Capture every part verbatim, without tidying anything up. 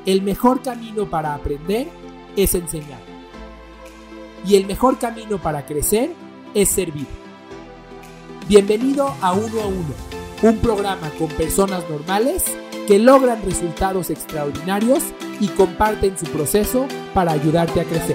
El mejor camino para aprender es enseñar. Y el mejor camino para crecer es servir. Bienvenido a Uno a Uno, un programa con personas normales que logran resultados extraordinarios y comparten su proceso para ayudarte a crecer.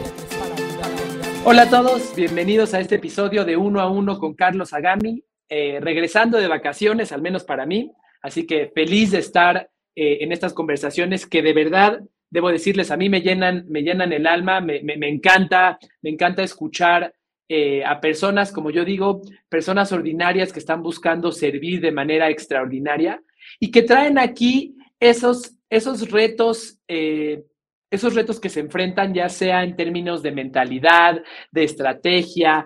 Hola a todos, bienvenidos a este episodio de Uno a Uno con Carlos Agami, eh, regresando de vacaciones, al menos para mí, así que feliz de estar eh, en estas conversaciones que de verdad, debo decirles, a mí me llenan, me llenan el alma, me, me, me encanta, me encanta escuchar eh, a personas, como yo digo, personas ordinarias que están buscando servir de manera extraordinaria y que traen aquí esos, esos retos, eh, esos retos que se enfrentan, ya sea en términos de mentalidad, de estrategia,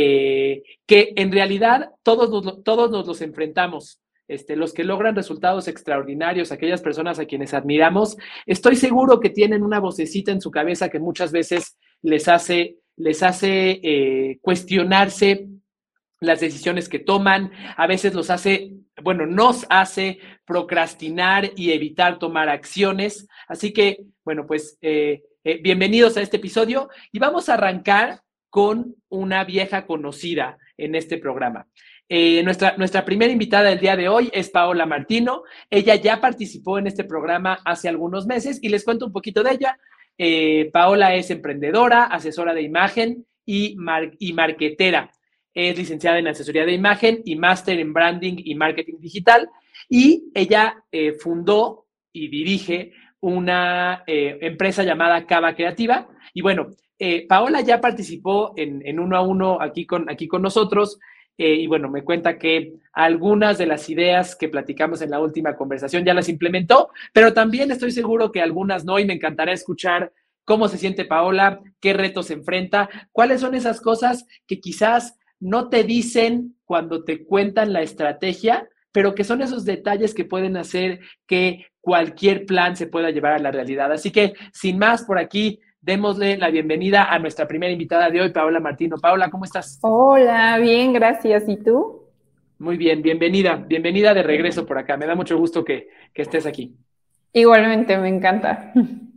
eh, que en realidad todos nos, todos nos los enfrentamos. Este, los que logran resultados extraordinarios, aquellas personas a quienes admiramos, estoy seguro que tienen una vocecita en su cabeza que muchas veces les hace, les hace eh, cuestionarse las decisiones que toman, a veces los hace, bueno, nos hace procrastinar y evitar tomar acciones. Así que, bueno, pues eh, eh, bienvenidos a este episodio y vamos a arrancar con una vieja conocida en este programa. Eh, nuestra, nuestra primera invitada del día de hoy es Paola Martino. Ella ya participó en este programa hace algunos meses y les cuento un poquito de ella. Eh, Paola es emprendedora, asesora de imagen y, mar y marketera. Es licenciada en asesoría de imagen y máster en branding y marketing digital. Y ella eh, fundó y dirige una eh, empresa llamada Cava Creativa. Y bueno, eh, Paola ya participó en, en uno a uno aquí con, aquí con nosotros. Eh, y bueno, me cuenta que algunas de las ideas que platicamos en la última conversación ya las implementó, pero también estoy seguro que algunas no, y me encantará escuchar cómo se siente Paola, qué retos se enfrenta, cuáles son esas cosas que quizás no te dicen cuando te cuentan la estrategia, pero que son esos detalles que pueden hacer que cualquier plan se pueda llevar a la realidad. Así que, sin más, por aquí, démosle la bienvenida a nuestra primera invitada de hoy, Paola Martino. Paola, ¿cómo estás? Hola, bien, gracias. ¿Y tú? Muy bien, bienvenida. Bienvenida de regreso por acá. Me da mucho gusto que, que estés aquí. Igualmente, me encanta.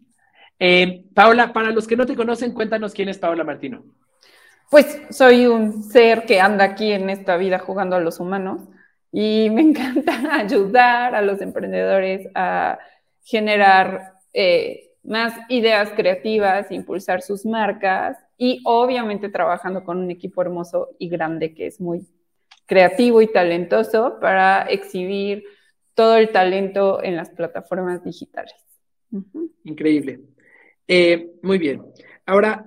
Eh, Paola, para los que no te conocen, cuéntanos quién es Paola Martino. Pues soy un ser que anda aquí en esta vida jugando a los humanos y me encanta ayudar a los emprendedores a generar eh, más ideas creativas, impulsar sus marcas y obviamente trabajando con un equipo hermoso y grande que es muy creativo y talentoso para exhibir todo el talento en las plataformas digitales. Uh-huh. Increíble. Eh, muy bien. Ahora,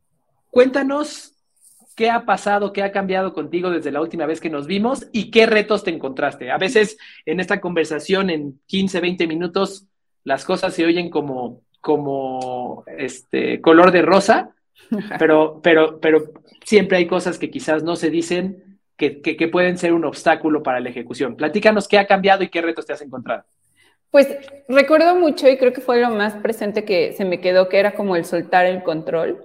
cuéntanos qué ha pasado, qué ha cambiado contigo desde la última vez que nos vimos y qué retos te encontraste. A veces en esta conversación, en quince, veinte minutos, las cosas se oyen como, como este, color de rosa, pero, pero, pero siempre hay cosas que quizás no se dicen que, que, que pueden ser un obstáculo para la ejecución. Platícanos qué ha cambiado y qué retos te has encontrado. Pues recuerdo mucho y creo que fue lo más presente que se me quedó, que era como el soltar el control.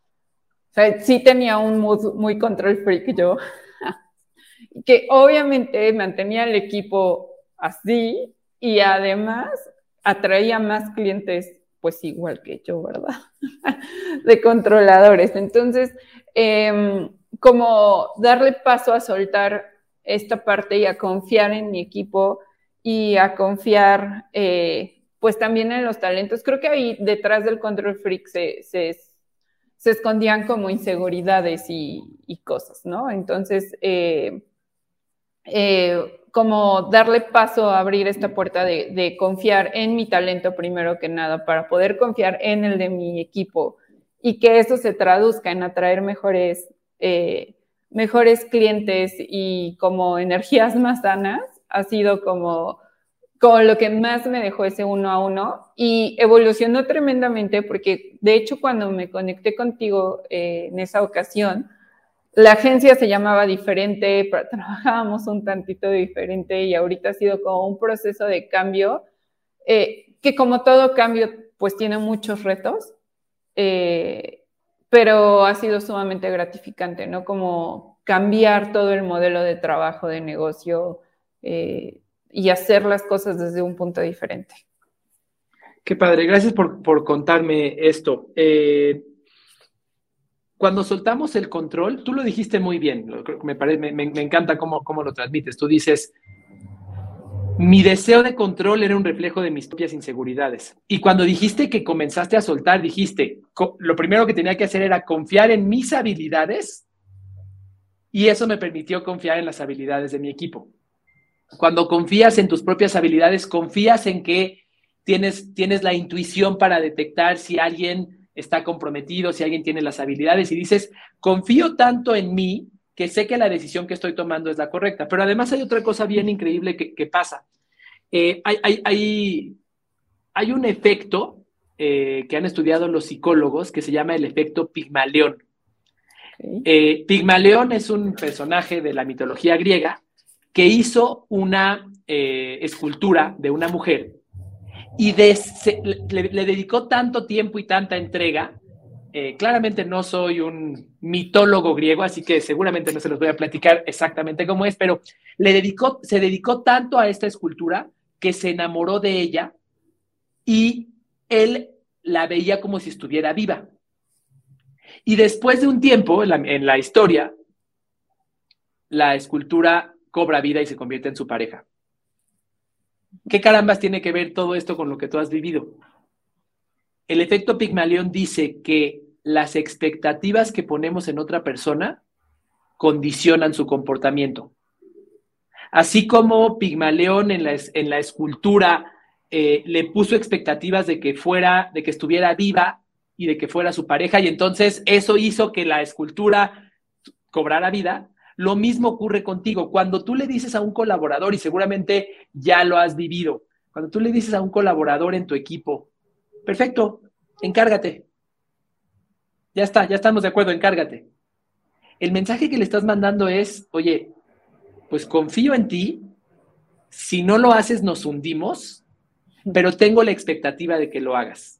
O sea, sí tenía un mood muy control freak yo, que obviamente mantenía el equipo así y además atraía más clientes, pues igual que yo, ¿verdad? De controladores. Entonces, eh, como darle paso a soltar esta parte y a confiar en mi equipo y a confiar, eh, pues también en los talentos. Creo que ahí detrás del control freak se... se se escondían como inseguridades y, y cosas, ¿no? Entonces, eh, eh, como darle paso a abrir esta puerta de, de confiar en mi talento primero que nada, para poder confiar en el de mi equipo y que eso se traduzca en atraer mejores, eh, mejores clientes y como energías más sanas, ha sido como... con lo que más me dejó ese uno a uno y evolucionó tremendamente porque de hecho cuando me conecté contigo eh, en esa ocasión, la agencia se llamaba diferente, trabajábamos un tantito diferente y ahorita ha sido como un proceso de cambio eh, que como todo cambio pues tiene muchos retos, eh, pero ha sido sumamente gratificante, ¿no? Como cambiar todo el modelo de trabajo, de negocio, eh, y hacer las cosas desde un punto diferente. Qué padre, gracias por, por contarme esto. Eh, cuando soltamos el control, tú lo dijiste muy bien, me, parece, me, me encanta cómo, cómo lo transmites. Tú dices, mi deseo de control era un reflejo de mis propias inseguridades. Y cuando dijiste que comenzaste a soltar, dijiste, lo primero que tenía que hacer era confiar en mis habilidades y eso me permitió confiar en las habilidades de mi equipo. Cuando confías en tus propias habilidades, confías en que tienes, tienes la intuición para detectar si alguien está comprometido, si alguien tiene las habilidades y dices, confío tanto en mí que sé que la decisión que estoy tomando es la correcta. Pero además hay otra cosa bien increíble que, que pasa. Eh, hay, hay, hay, hay un efecto eh, que han estudiado los psicólogos que se llama el efecto Pigmalión. Okay. Eh, Pigmalión es un personaje de la mitología griega que hizo una eh, escultura de una mujer y de, se, le, le dedicó tanto tiempo y tanta entrega. Eh, claramente no soy un mitólogo griego, así que seguramente no se los voy a platicar exactamente cómo es, pero le dedicó, se dedicó tanto a esta escultura que se enamoró de ella y él la veía como si estuviera viva. Y después de un tiempo, en la, en la historia, la escultura cobra vida y se convierte en su pareja. ¿Qué carambas tiene que ver todo esto con lo que tú has vivido? El efecto Pigmalión dice que las expectativas que ponemos en otra persona condicionan su comportamiento. Así como Pigmalión en la, en la escultura eh, le puso expectativas de que fuera, de que estuviera viva y de que fuera su pareja, y entonces eso hizo que la escultura cobrara vida. Lo mismo ocurre contigo. Cuando tú le dices a un colaborador, y seguramente ya lo has vivido, cuando tú le dices a un colaborador en tu equipo, perfecto, encárgate. Ya está, ya estamos de acuerdo, encárgate. El mensaje que le estás mandando es, oye, pues confío en ti, si no lo haces nos hundimos, pero tengo la expectativa de que lo hagas.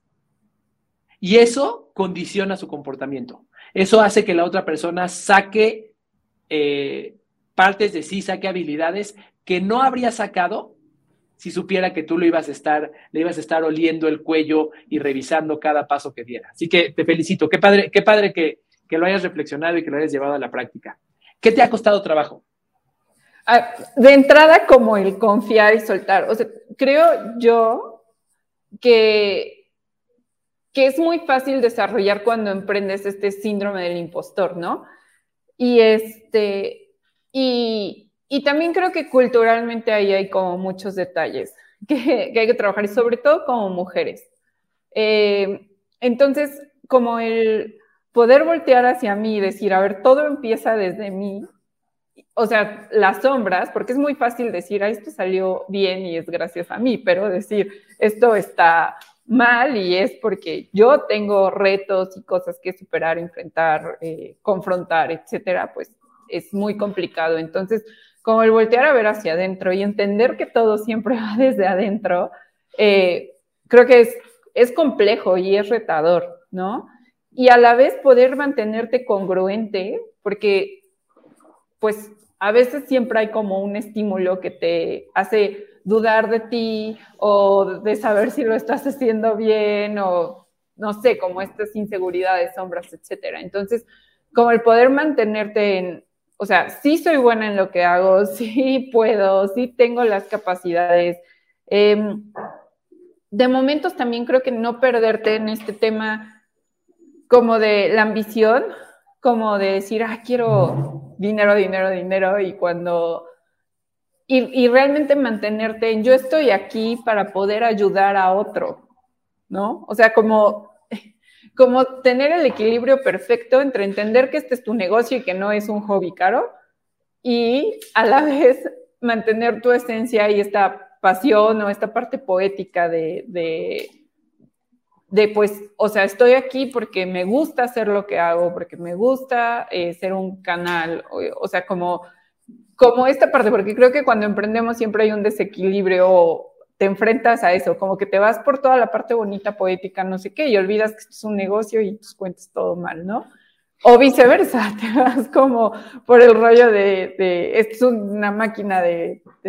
Y eso condiciona su comportamiento. Eso hace que la otra persona saque eh, partes de sí, saque habilidades que no habría sacado si supiera que tú lo ibas a estar, le ibas a estar oliendo el cuello y revisando cada paso que diera. Así que te felicito. Qué padre, qué padre que, que lo hayas reflexionado y que lo hayas llevado a la práctica. ¿Qué te ha costado trabajo? De entrada, como el confiar y soltar. O sea, creo yo que, que es muy fácil desarrollar cuando emprendes este síndrome del impostor, ¿no? Y este, y, y también creo que culturalmente ahí hay como muchos detalles que, que hay que trabajar, y sobre todo como mujeres. Eh, entonces, como el poder voltear hacia mí y decir, a ver, todo empieza desde mí. O sea, las sombras, porque es muy fácil decir, ah, esto salió bien y es gracias a mí, pero decir, esto está mal y es porque yo tengo retos y cosas que superar, enfrentar, eh, confrontar, etcétera, pues es muy complicado. Entonces, como el voltear a ver hacia adentro y entender que todo siempre va desde adentro, eh, creo que es, es complejo y es retador, ¿no? Y a la vez poder mantenerte congruente, porque pues a veces siempre hay como un estímulo que te hace dudar de ti o de saber si lo estás haciendo bien o no sé, como estas inseguridades, sombras, etcétera. Entonces, como el poder mantenerte en, o sea, sí soy buena en lo que hago, sí puedo, sí tengo las capacidades. Eh, de momentos también creo que no perderte en este tema como de la ambición, como de decir, ah, quiero dinero, dinero, dinero, y cuando... Y, y realmente mantenerte en, yo estoy aquí para poder ayudar a otro, ¿no? O sea, como, como tener el equilibrio perfecto entre entender que este es tu negocio y que no es un hobby caro, y a la vez mantener tu esencia y esta pasión o esta parte poética de... de de pues, o sea, estoy aquí porque me gusta hacer lo que hago, porque me gusta eh, ser un canal, o, o sea, como, como esta parte, porque creo que cuando emprendemos siempre hay un desequilibrio, o te enfrentas a eso, como que te vas por toda la parte bonita, poética, no sé qué, y olvidas que esto es un negocio y tus cuentas todo mal, ¿no? O viceversa, te vas como por el rollo de, de esto es una máquina de, de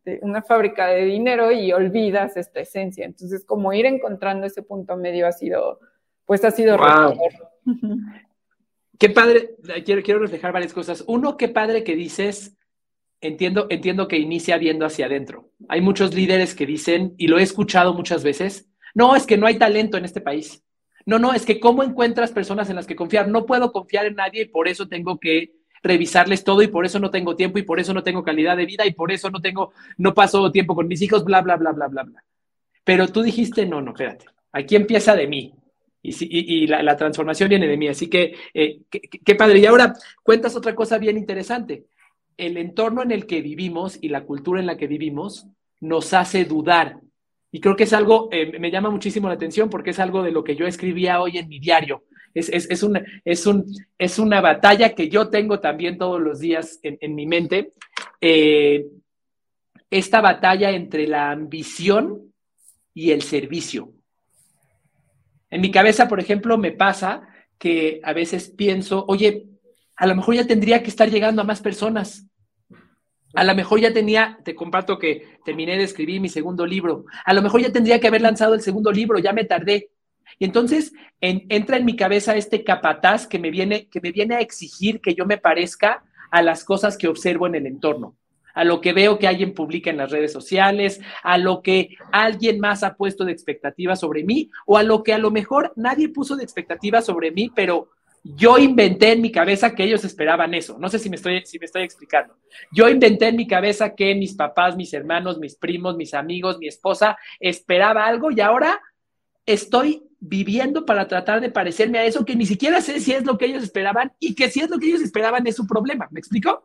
de una fábrica de dinero y olvidas esta esencia. Entonces, como ir encontrando ese punto medio ha sido, pues ha sido wow. retador. Qué padre, quiero, quiero reflejar varias cosas. Uno, qué padre que dices, entiendo, entiendo que inicia viendo hacia adentro. Hay muchos líderes que dicen, y lo he escuchado muchas veces, no, es que no hay talento en este país. No, no, es que ¿cómo encuentras personas en las que confiar? No puedo confiar en nadie y por eso tengo que revisarles todo y por eso no tengo tiempo y por eso no tengo calidad de vida y por eso no tengo, no paso tiempo con mis hijos, bla, bla, bla, bla, bla, bla. Pero tú dijiste, no, no, espérate, aquí empieza de mí y, y, y la, la transformación viene de mí, así que eh, qué, qué padre. Y ahora cuentas otra cosa bien interesante. El entorno en el que vivimos y la cultura en la que vivimos nos hace dudar. Y creo que es algo, eh, me llama muchísimo la atención porque es algo de lo que yo escribía hoy en mi diario. Es, es, es, una, es, un, es una batalla que yo tengo también todos los días en, en mi mente. Eh, esta batalla entre la ambición y el servicio. En mi cabeza, por ejemplo, me pasa que a veces pienso, oye, a lo mejor ya tendría que estar llegando a más personas. A lo mejor ya tenía, te comparto que terminé de escribir mi segundo libro, a lo mejor ya tendría que haber lanzado el segundo libro, ya me tardé. Y entonces en, entra en mi cabeza este capataz que me, viene, que me viene a exigir que yo me parezca a las cosas que observo en el entorno, a lo que veo que alguien publica en las redes sociales, a lo que alguien más ha puesto de expectativa sobre mí, o a lo que a lo mejor nadie puso de expectativa sobre mí, pero yo inventé en mi cabeza que ellos esperaban eso. No sé si me estoy, si me estoy explicando. Yo inventé en mi cabeza que mis papás, mis hermanos, mis primos, mis amigos, mi esposa esperaba algo y ahora estoy viviendo para tratar de parecerme a eso que ni siquiera sé si es lo que ellos esperaban y que si es lo que ellos esperaban es su problema. ¿Me explico?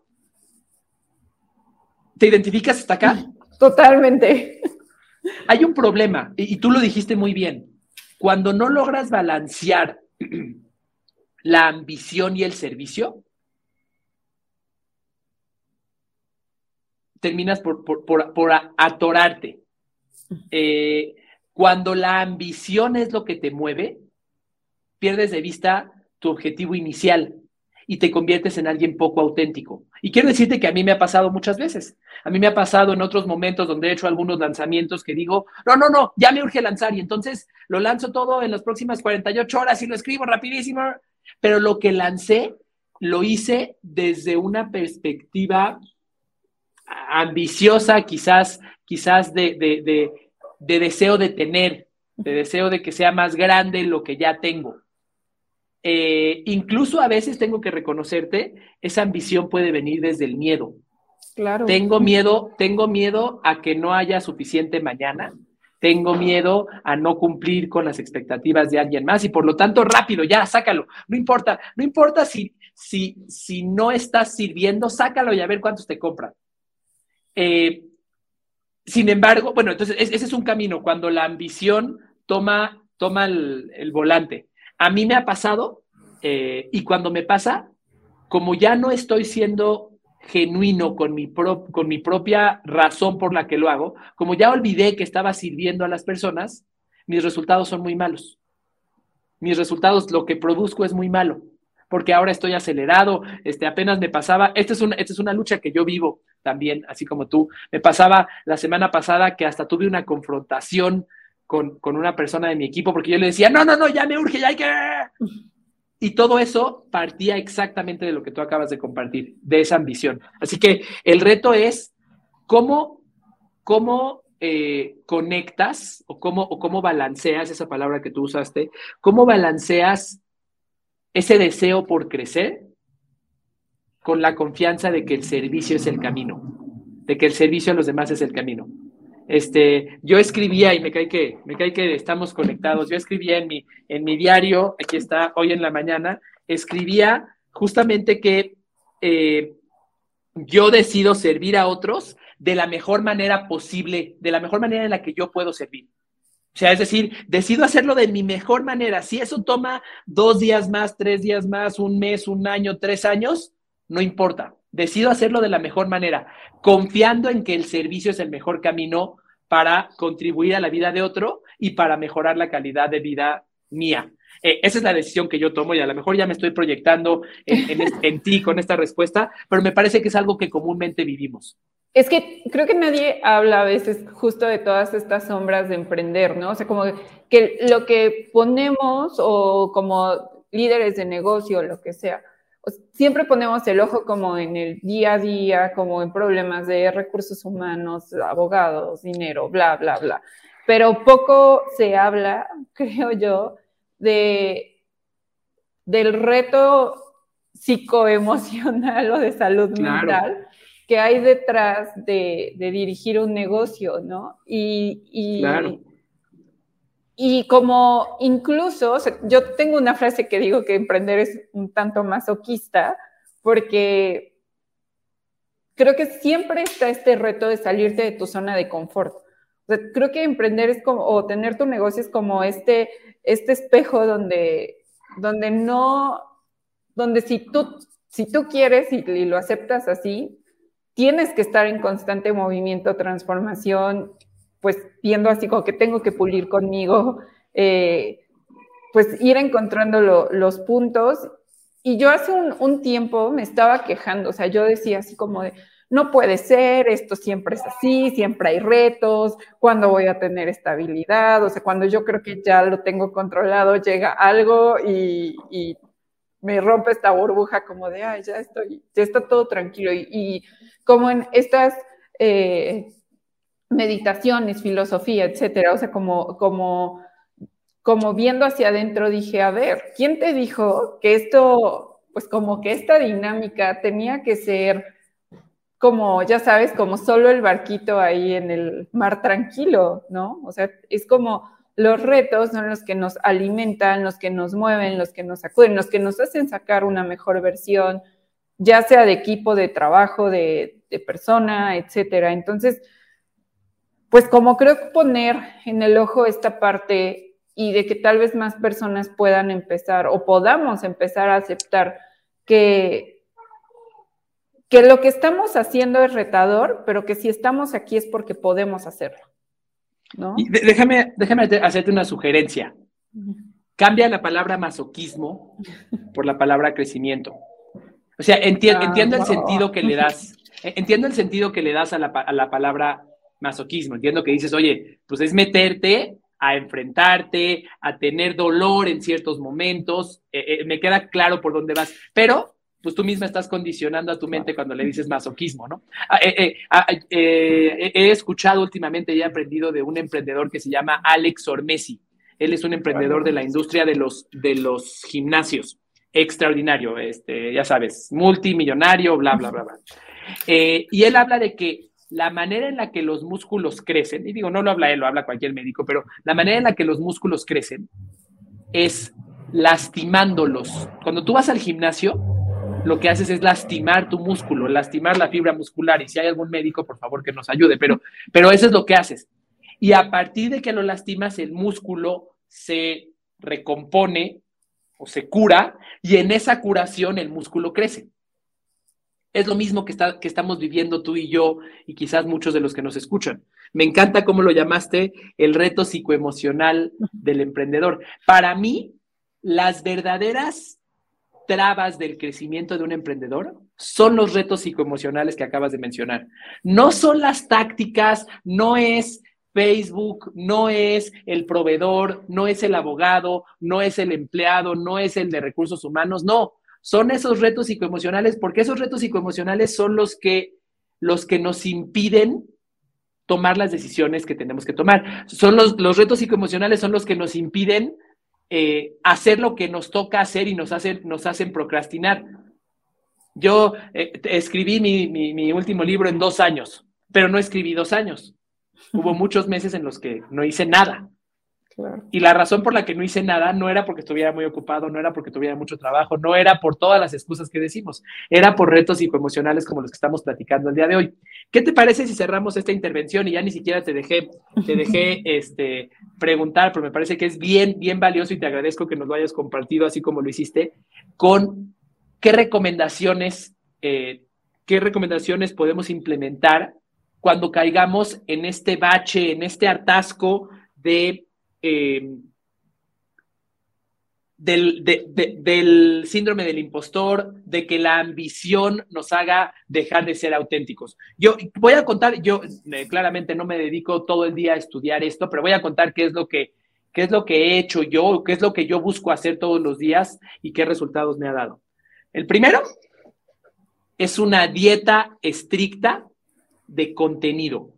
¿Te identificas hasta acá? Totalmente. Hay un problema y, y tú lo dijiste muy bien. Cuando no logras balancear la ambición y el servicio, terminas por, por, por, por atorarte. Eh, cuando la ambición es lo que te mueve, pierdes de vista tu objetivo inicial y te conviertes en alguien poco auténtico. Y quiero decirte que a mí me ha pasado muchas veces. A mí me ha pasado en otros momentos donde he hecho algunos lanzamientos que digo, no, no, no, ya me urge lanzar y entonces lo lanzo todo en las próximas cuarenta y ocho horas y lo escribo rapidísimo. Pero lo que lancé, lo hice desde una perspectiva ambiciosa, quizás, quizás de, de, de, de deseo de tener, de deseo de que sea más grande lo que ya tengo. Eh, incluso a veces tengo que reconocerte, esa ambición puede venir desde el miedo. Claro. Tengo miedo, tengo miedo a que no haya suficiente mañana. Tengo miedo a no cumplir con las expectativas de alguien más y por lo tanto, rápido, ya, sácalo. No importa, no importa si, si, si no estás sirviendo, sácalo y a ver cuántos te compran. Eh, sin embargo, bueno, entonces ese es un camino cuando la ambición toma, toma el, el volante. A mí me ha pasado eh, y cuando me pasa, como ya no estoy siendo genuino con mi, pro, con mi propia razón por la que lo hago, como ya olvidé que estaba sirviendo a las personas, mis resultados son muy malos. Mis resultados, lo que produzco es muy malo, porque ahora estoy acelerado, este, apenas me pasaba, esta es, una, esta es una lucha que yo vivo también, así como tú, me pasaba la semana pasada que hasta tuve una confrontación con, con una persona de mi equipo, porque yo le decía, no, no, no, ya me urge, ya hay que... Y todo eso partía exactamente de lo que tú acabas de compartir, de esa ambición. Así que el reto es cómo, cómo eh, conectas o cómo, o cómo balanceas esa palabra que tú usaste, cómo balanceas ese deseo por crecer con la confianza de que el servicio es el camino, de que el servicio a los demás es el camino. Este, yo escribía, y me cae que, me cae que estamos conectados, yo escribía en mi, en mi diario, aquí está, hoy en la mañana, escribía justamente que eh, yo decido servir a otros de la mejor manera posible, de la mejor manera en la que yo puedo servir. O sea, es decir, decido hacerlo de mi mejor manera. Si eso toma dos días más, tres días más, un mes, un año, tres años, no importa. Decido hacerlo de la mejor manera, confiando en que el servicio es el mejor camino para contribuir a la vida de otro y para mejorar la calidad de vida mía. Eh, esa es la decisión que yo tomo y a lo mejor ya me estoy proyectando en, en, en ti con esta respuesta, pero me parece que es algo que comúnmente vivimos. Es que creo que nadie habla a veces justo de todas estas sombras de emprender, ¿no? O sea, como que lo que ponemos o como líderes de negocio, lo que sea, siempre ponemos el ojo como en el día a día, como en problemas de recursos humanos, abogados, dinero, bla, bla, bla. Pero poco se habla, creo yo, de, del reto psicoemocional o de salud Claro. mental que hay detrás de, de dirigir un negocio, ¿no? Y, y, claro. y como incluso, o sea, yo tengo una frase que digo que emprender es un tanto masoquista, porque creo que siempre está este reto de salirte de tu zona de confort. O sea, creo que emprender es como, o tener tu negocio es como este, este espejo donde, donde no, donde si tú, si tú quieres y, y lo aceptas así, tienes que estar en constante movimiento, transformación, pues viendo así como que tengo que pulir conmigo, eh, pues ir encontrando lo, los puntos. Y yo hace un, un tiempo me estaba quejando, o sea, yo decía así como de, no puede ser, esto siempre es así, siempre hay retos, ¿cuándo voy a tener estabilidad? O sea, cuando yo creo que ya lo tengo controlado, llega algo y, y me rompe esta burbuja como de, ay, ya estoy, ya está todo tranquilo. Y, y como en estas eh, meditaciones, filosofía, etcétera, o sea, como, como, como viendo hacia adentro dije, a ver, ¿quién te dijo que esto, pues como que esta dinámica tenía que ser como, ya sabes, como solo el barquito ahí en el mar tranquilo, ¿no? O sea, es como los retos son los que nos alimentan, los que nos mueven, los que nos sacuden, los que nos hacen sacar una mejor versión, ya sea de equipo, de trabajo, de, de persona, etcétera. Entonces, pues como creo que poner en el ojo esta parte y de que tal vez más personas puedan empezar o podamos empezar a aceptar que que lo que estamos haciendo es retador, pero que si estamos aquí es porque podemos hacerlo, ¿no? Y de, déjame, déjame hacerte una sugerencia. Cambia la palabra masoquismo por la palabra crecimiento. O sea, enti ah, entiendo el no. sentido que le das, entiendo el sentido que le das a la, a la palabra masoquismo. Entiendo que dices, oye, pues es meterte a enfrentarte, a tener dolor en ciertos momentos. Eh, eh, me queda claro por dónde vas, pero pues tú misma estás condicionando a tu mente cuando le dices masoquismo, ¿no? Eh, eh, eh, he escuchado últimamente y he aprendido de un emprendedor que se llama Alex Hormesi. Él es un emprendedor de la industria de los, de los gimnasios. Extraordinario, este, ya sabes, multimillonario, bla, bla, bla, bla. Eh, y él habla de que la manera en la que los músculos crecen, y digo, no lo habla él, lo habla cualquier médico, pero la manera en la que los músculos crecen es lastimándolos. Cuando tú vas al gimnasio, lo que haces es lastimar tu músculo, lastimar la fibra muscular, y si hay algún médico, por favor, que nos ayude, pero, pero eso es lo que haces. Y a partir de que lo lastimas, el músculo se recompone o se cura, y en esa curación el músculo crece. Es lo mismo que, está, que estamos viviendo tú y yo, y quizás muchos de los que nos escuchan. Me encanta cómo lo llamaste el reto psicoemocional del emprendedor. Para mí, las verdaderas trabas del crecimiento de un emprendedor son los retos psicoemocionales que acabas de mencionar. No son las tácticas, no es Facebook, no es el proveedor, no es el abogado, no es el empleado, no es el de recursos humanos, no. Son esos retos psicoemocionales, porque esos retos psicoemocionales son los que, los que nos impiden tomar las decisiones que tenemos que tomar. Son los, los retos psicoemocionales son los que nos impiden Eh, hacer lo que nos toca hacer y nos hacen, nos hacen procrastinar. Yo eh, escribí mi, mi, mi último libro en dos años, pero no escribí dos años. Hubo muchos meses en los que no hice nada. Claro. Y la razón por la que no hice nada no era porque estuviera muy ocupado, no era porque tuviera mucho trabajo, no era por todas las excusas que decimos, era por retos psicoemocionales como los que estamos platicando el día de hoy. ¿Qué te parece si cerramos esta intervención? Y ya ni siquiera te dejé, te dejé este, preguntar, pero me parece que es bien, bien valioso y te agradezco que nos lo hayas compartido así como lo hiciste, con qué recomendaciones, eh, qué recomendaciones podemos implementar cuando caigamos en este bache, en este atasco de... Eh, del, de, de, del síndrome del impostor, de que la ambición nos haga dejar de ser auténticos. Yo voy a contar, yo eh, claramente no me dedico todo el día a estudiar esto, pero voy a contar qué es lo que, qué es lo que he hecho yo, qué es lo que yo busco hacer todos los días y qué resultados me ha dado. El primero es una dieta estricta de contenido.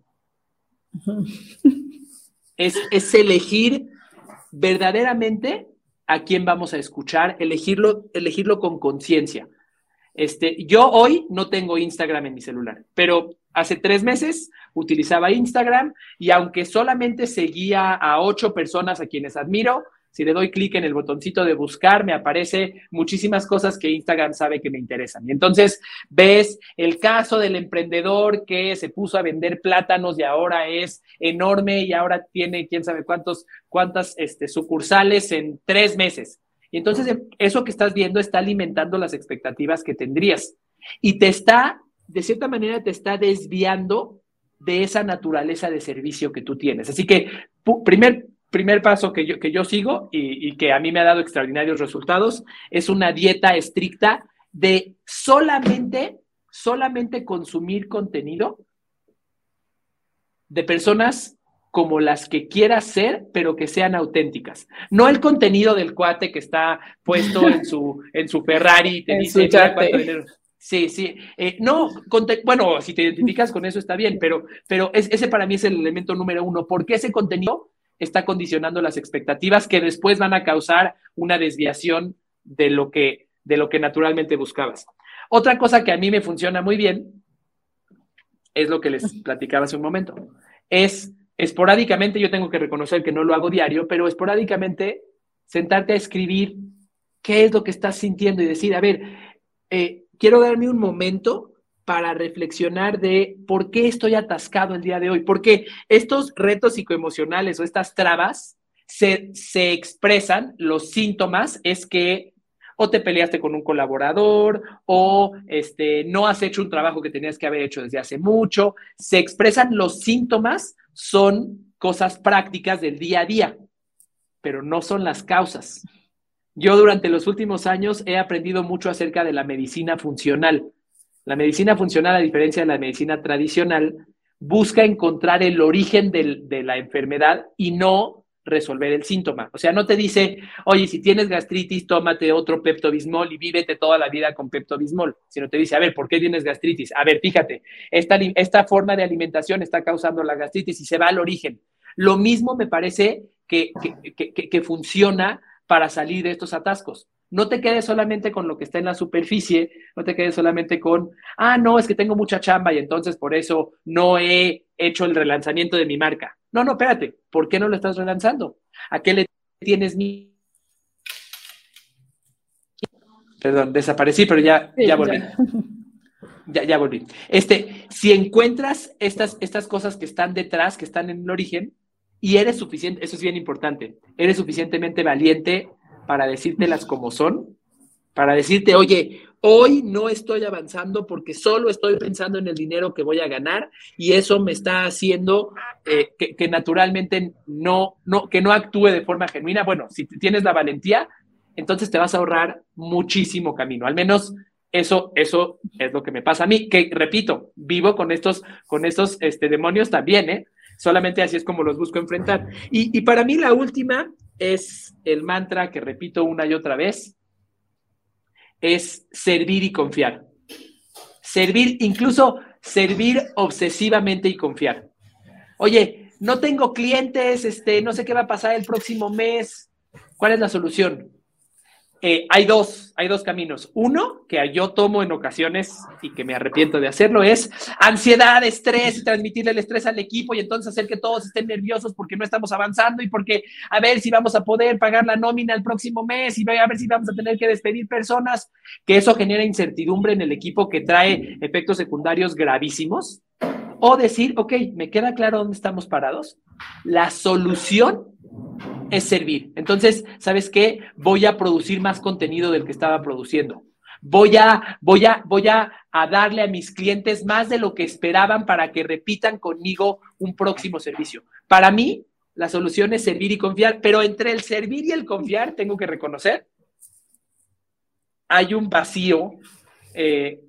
Es, es elegir verdaderamente a quién vamos a escuchar, elegirlo, elegirlo con conciencia. Este, yo hoy no tengo Instagram en mi celular, pero hace tres meses utilizaba Instagram y aunque solamente seguía a ocho personas a quienes admiro, si le doy clic en el botoncito de buscar, me aparece muchísimas cosas que Instagram sabe que me interesan. Y entonces ves el caso del emprendedor que se puso a vender plátanos y ahora es enorme y ahora tiene quién sabe cuántos, cuántas este, sucursales en tres meses. Y entonces eso que estás viendo está alimentando las expectativas que tendrías. Y te está, de cierta manera, te está desviando de esa naturaleza de servicio que tú tienes. Así que, primer Primer paso que yo, que yo sigo y, y que a mí me ha dado extraordinarios resultados es una dieta estricta de solamente, solamente consumir contenido de personas como las que quieras ser, pero que sean auténticas. No el contenido del cuate que está puesto en su, en su Ferrari y te en dice mira cuánto dinero. Sí, sí. Eh, no, bueno, si te identificas con eso está bien, pero, pero es, ese para mí es el elemento número uno, porque ese contenido está condicionando las expectativas que después van a causar una desviación de lo que, de lo que naturalmente buscabas. Otra cosa que a mí me funciona muy bien es lo que les platicaba hace un momento. Es esporádicamente, yo tengo que reconocer que no lo hago diario, pero esporádicamente sentarte a escribir qué es lo que estás sintiendo y decir, a ver, eh, quiero darme un momento para reflexionar de por qué estoy atascado el día de hoy, porque estos retos psicoemocionales o estas trabas se, se expresan, los síntomas es que o te peleaste con un colaborador o este, no has hecho un trabajo que tenías que haber hecho desde hace mucho, se expresan los síntomas, son cosas prácticas del día a día, pero no son las causas. Yo durante los últimos años he aprendido mucho acerca de la medicina funcional. La medicina funcional, a diferencia de la medicina tradicional, busca encontrar el origen del, de la enfermedad y no resolver el síntoma. O sea, no te dice, oye, si tienes gastritis, tómate otro Pepto-Bismol y vívete toda la vida con Pepto-Bismol, sino te dice, a ver, ¿por qué tienes gastritis? A ver, fíjate, esta, esta forma de alimentación está causando la gastritis y se va al origen. Lo mismo me parece que, que, que, que, que funciona para salir de estos atascos. No te quedes solamente con lo que está en la superficie, no te quedes solamente con, ah, no, es que tengo mucha chamba y entonces por eso no he hecho el relanzamiento de mi marca. No, no, espérate, ¿por qué no lo estás relanzando? ¿A qué le tienes miedo? Perdón, desaparecí, pero ya, sí, ya volví. Ya. ya, ya volví. Este, si encuentras estas, estas cosas que están detrás, que están en el origen, y eres suficiente, eso es bien importante, eres suficientemente valiente para decírtelas como son, para decirte, oye, hoy no estoy avanzando porque solo estoy pensando en el dinero que voy a ganar y eso me está haciendo eh, que, que naturalmente no, no, que no actúe de forma genuina. Bueno, si tienes la valentía, entonces te vas a ahorrar muchísimo camino. Al menos eso, eso es lo que me pasa a mí, que repito, vivo con estos, con estos este, demonios también, ¿eh? Solamente así es como los busco enfrentar. Y, y para mí la última es el mantra que repito una y otra vez, es servir y confiar. Servir, incluso servir obsesivamente y confiar. Oye, no tengo clientes, este, no sé qué va a pasar el próximo mes. ¿Cuál es la solución? Eh, hay dos, hay dos caminos. Uno, que yo tomo en ocasiones y que me arrepiento de hacerlo, es ansiedad, estrés, y transmitirle el estrés al equipo y entonces hacer que todos estén nerviosos porque no estamos avanzando y porque a ver si vamos a poder pagar la nómina el próximo mes y a ver si vamos a tener que despedir personas, que eso genera incertidumbre en el equipo que trae efectos secundarios gravísimos. O decir, ok, me queda claro dónde estamos parados. La solución es servir. Entonces, ¿sabes qué? Voy a producir más contenido del que estaba produciendo. Voy a, voy a, voy a, a darle a mis clientes más de lo que esperaban para que repitan conmigo un próximo servicio. Para mí, la solución es servir y confiar, pero entre el servir y el confiar tengo que reconocer hay un vacío eh,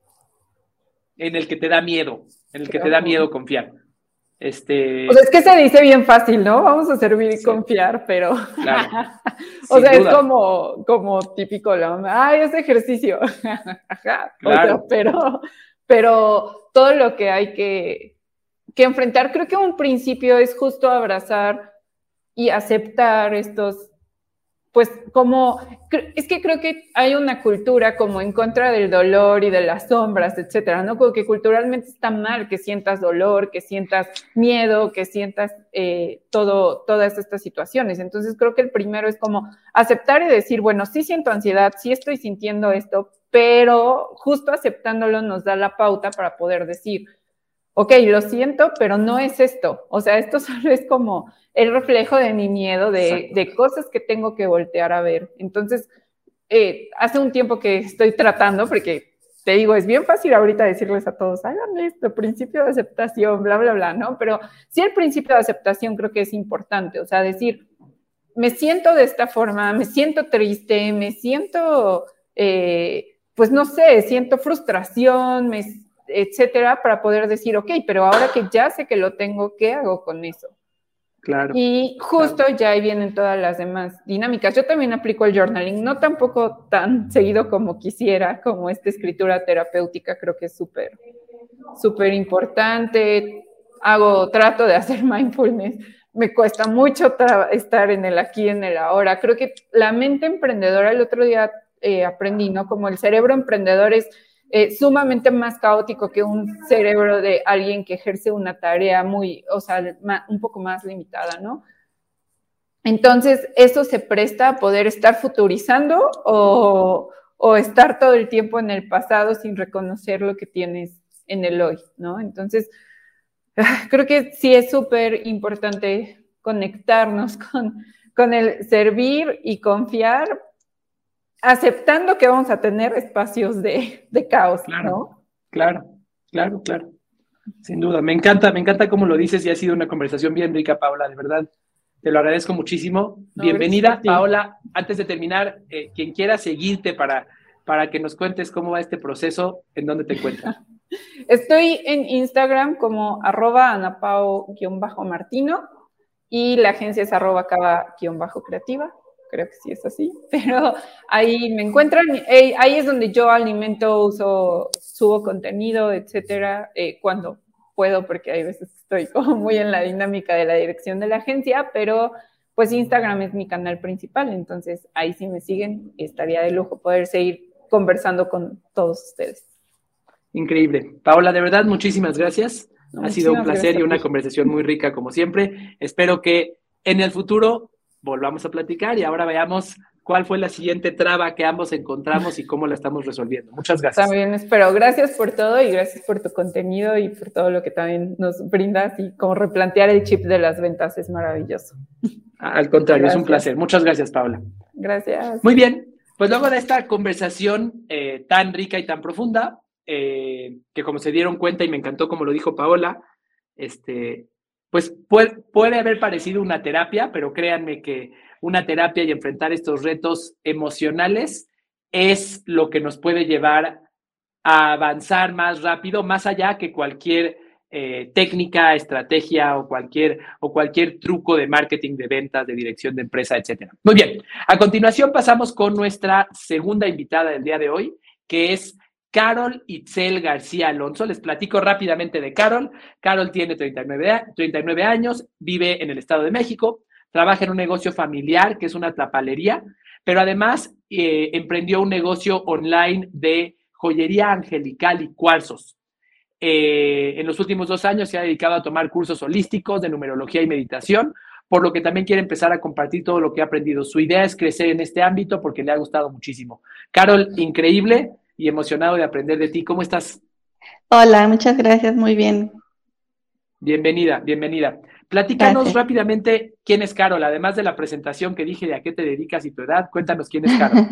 en el que te da miedo, en el que te da miedo confiar. Este... O sea, es que se dice bien fácil, ¿no? Vamos a servir y sí. confiar, pero... Claro. o sea, duda. es como, como típico, ¿no? Ay, es ejercicio. Ajá. Claro. O sea, pero, pero todo lo que hay que, que enfrentar, creo que un principio es justo abrazar y aceptar estos... Pues como, es que creo que hay una cultura como en contra del dolor y de las sombras, etcétera, ¿no? Como que culturalmente está mal que sientas dolor, que sientas miedo, que sientas eh, todo, todas estas situaciones. Entonces creo que el primero es como aceptar y decir, bueno, sí siento ansiedad, sí estoy sintiendo esto, pero justo aceptándolo nos da la pauta para poder decir, ok, lo siento, pero no es esto. O sea, esto solo es como el reflejo de mi miedo, de, de cosas que tengo que voltear a ver. Entonces, eh, hace un tiempo que estoy tratando, porque te digo, es bien fácil ahorita decirles a todos, hagan esto, principio de aceptación, bla, bla, bla, ¿no? Pero sí el principio de aceptación creo que es importante. O sea, decir, me siento de esta forma, me siento triste, me siento, eh, pues no sé, siento frustración, me etcétera, para poder decir, ok, pero ahora que ya sé que lo tengo, ¿qué hago con eso? Claro. Y justo claro. ya ahí vienen todas las demás dinámicas. Yo también aplico el journaling, no tampoco tan seguido como quisiera, como esta escritura terapéutica, creo que es súper, súper importante. Hago, trato de hacer mindfulness. Me cuesta mucho estar en el aquí, en el ahora. Creo que la mente emprendedora, el otro día eh, aprendí, ¿no? Como el cerebro emprendedor es Eh, sumamente más caótico que un cerebro de alguien que ejerce una tarea muy, o sea, ma, un poco más limitada, ¿no? Entonces, eso se presta a poder estar futurizando o, o estar todo el tiempo en el pasado sin reconocer lo que tienes en el hoy, ¿no? Entonces, creo que sí es súper importante conectarnos con, con el servir y confiar, aceptando que vamos a tener espacios de, de caos, claro, ¿no? Claro, claro, claro. Sin duda. Me encanta, me encanta cómo lo dices y ha sido una conversación bien rica, Paola, de verdad. Te lo agradezco muchísimo. No, bienvenida, Paola. Antes de terminar, eh, quien quiera seguirte para, para que nos cuentes cómo va este proceso, ¿en dónde te encuentras? Estoy en Instagram como arroba anapao-martino y la agencia es arroba cava-creativa. Creo que sí es así, pero ahí me encuentran, eh, ahí es donde yo alimento, uso, subo contenido, etcétera, eh, cuando puedo, porque hay veces que estoy como muy en la dinámica de la dirección de la agencia, pero pues Instagram es mi canal principal, entonces ahí si me siguen, estaría de lujo poder seguir conversando con todos ustedes. Increíble. Paola, de verdad, muchísimas gracias. No, ha sido un placer y una conversación muy rica, como siempre. Espero que en el futuro volvamos a platicar y ahora veamos cuál fue la siguiente traba que ambos encontramos y cómo la estamos resolviendo. Muchas gracias. También espero. Gracias por todo y gracias por tu contenido y por todo lo que también nos brindas y como replantear el chip de las ventas es maravilloso. Al contrario, gracias. Es un placer. Muchas gracias, Paola. Gracias. Muy bien. Pues luego de esta conversación eh, tan rica y tan profunda, eh, que como se dieron cuenta y me encantó como lo dijo Paola, este... pues puede, puede haber parecido una terapia, pero créanme que una terapia y enfrentar estos retos emocionales es lo que nos puede llevar a avanzar más rápido, más allá que cualquier eh, técnica, estrategia o cualquier, o cualquier truco de marketing, de ventas, de dirección de empresa, etcétera. Muy bien, a continuación pasamos con nuestra segunda invitada del día de hoy, que es Carol Itzel García Alonso. Les platico rápidamente de Carol. Carol tiene treinta y nueve años, vive en el Estado de México, trabaja en un negocio familiar que es una tlapalería, pero además eh, emprendió un negocio online de joyería angelical y cuarzos. Eh, en los últimos dos años se ha dedicado a tomar cursos holísticos de numerología y meditación, por lo que también quiere empezar a compartir todo lo que ha aprendido. Su idea es crecer en este ámbito porque le ha gustado muchísimo. Carol, increíble y emocionado de aprender de ti. ¿Cómo estás? Hola, muchas gracias, muy bien. Bienvenida, bienvenida. Platícanos gracias. Rápidamente quién es Carol, además de la presentación que dije de a qué te dedicas y tu edad, cuéntanos quién es Carol.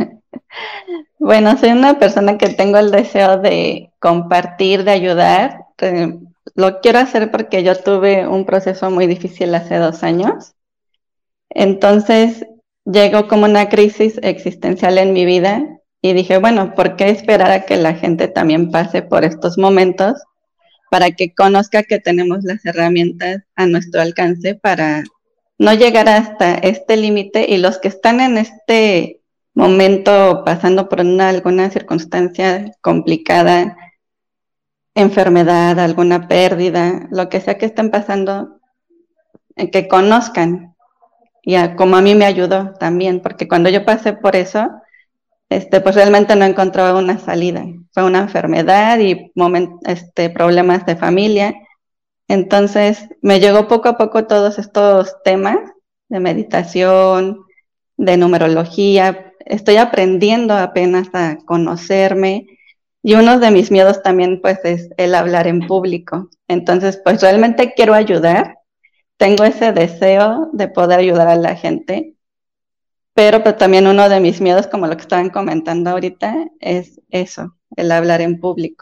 Bueno, soy una persona que tengo el deseo de compartir, de ayudar. Eh, lo quiero hacer porque yo tuve un proceso muy difícil hace dos años. Entonces, llegó como una crisis existencial en mi vida Y dije, bueno, ¿por qué esperar a que la gente también pase por estos momentos para que conozca que tenemos las herramientas a nuestro alcance para no llegar hasta este límite? Y los que están en este momento pasando por una, alguna circunstancia complicada, enfermedad, alguna pérdida, lo que sea que estén pasando, eh, que conozcan, y a, como a mí me ayudó también, porque cuando yo pasé por eso, este, pues realmente no encontraba una salida. Fue una enfermedad y moment, este, problemas de familia. Entonces me llegó poco a poco todos estos temas de meditación, de numerología. Estoy aprendiendo apenas a conocerme, y uno de mis miedos también pues es el hablar en público. Entonces pues realmente quiero ayudar, tengo ese deseo de poder ayudar a la gente, pero pues también uno de mis miedos, como lo que estaban comentando ahorita, es eso, el hablar en público.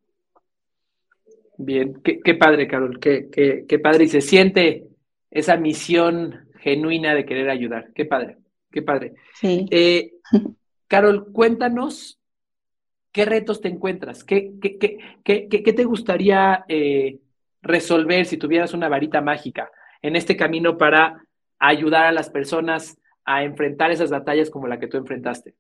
Bien, qué, qué padre, Carol, qué, qué, qué padre. Y se siente esa misión genuina de querer ayudar. Qué padre, qué padre. Sí. Eh, Carol, cuéntanos qué retos te encuentras, qué, qué, qué, qué, qué te gustaría eh, resolver si tuvieras una varita mágica en este camino para ayudar a las personas a enfrentar esas batallas como la que tú enfrentaste.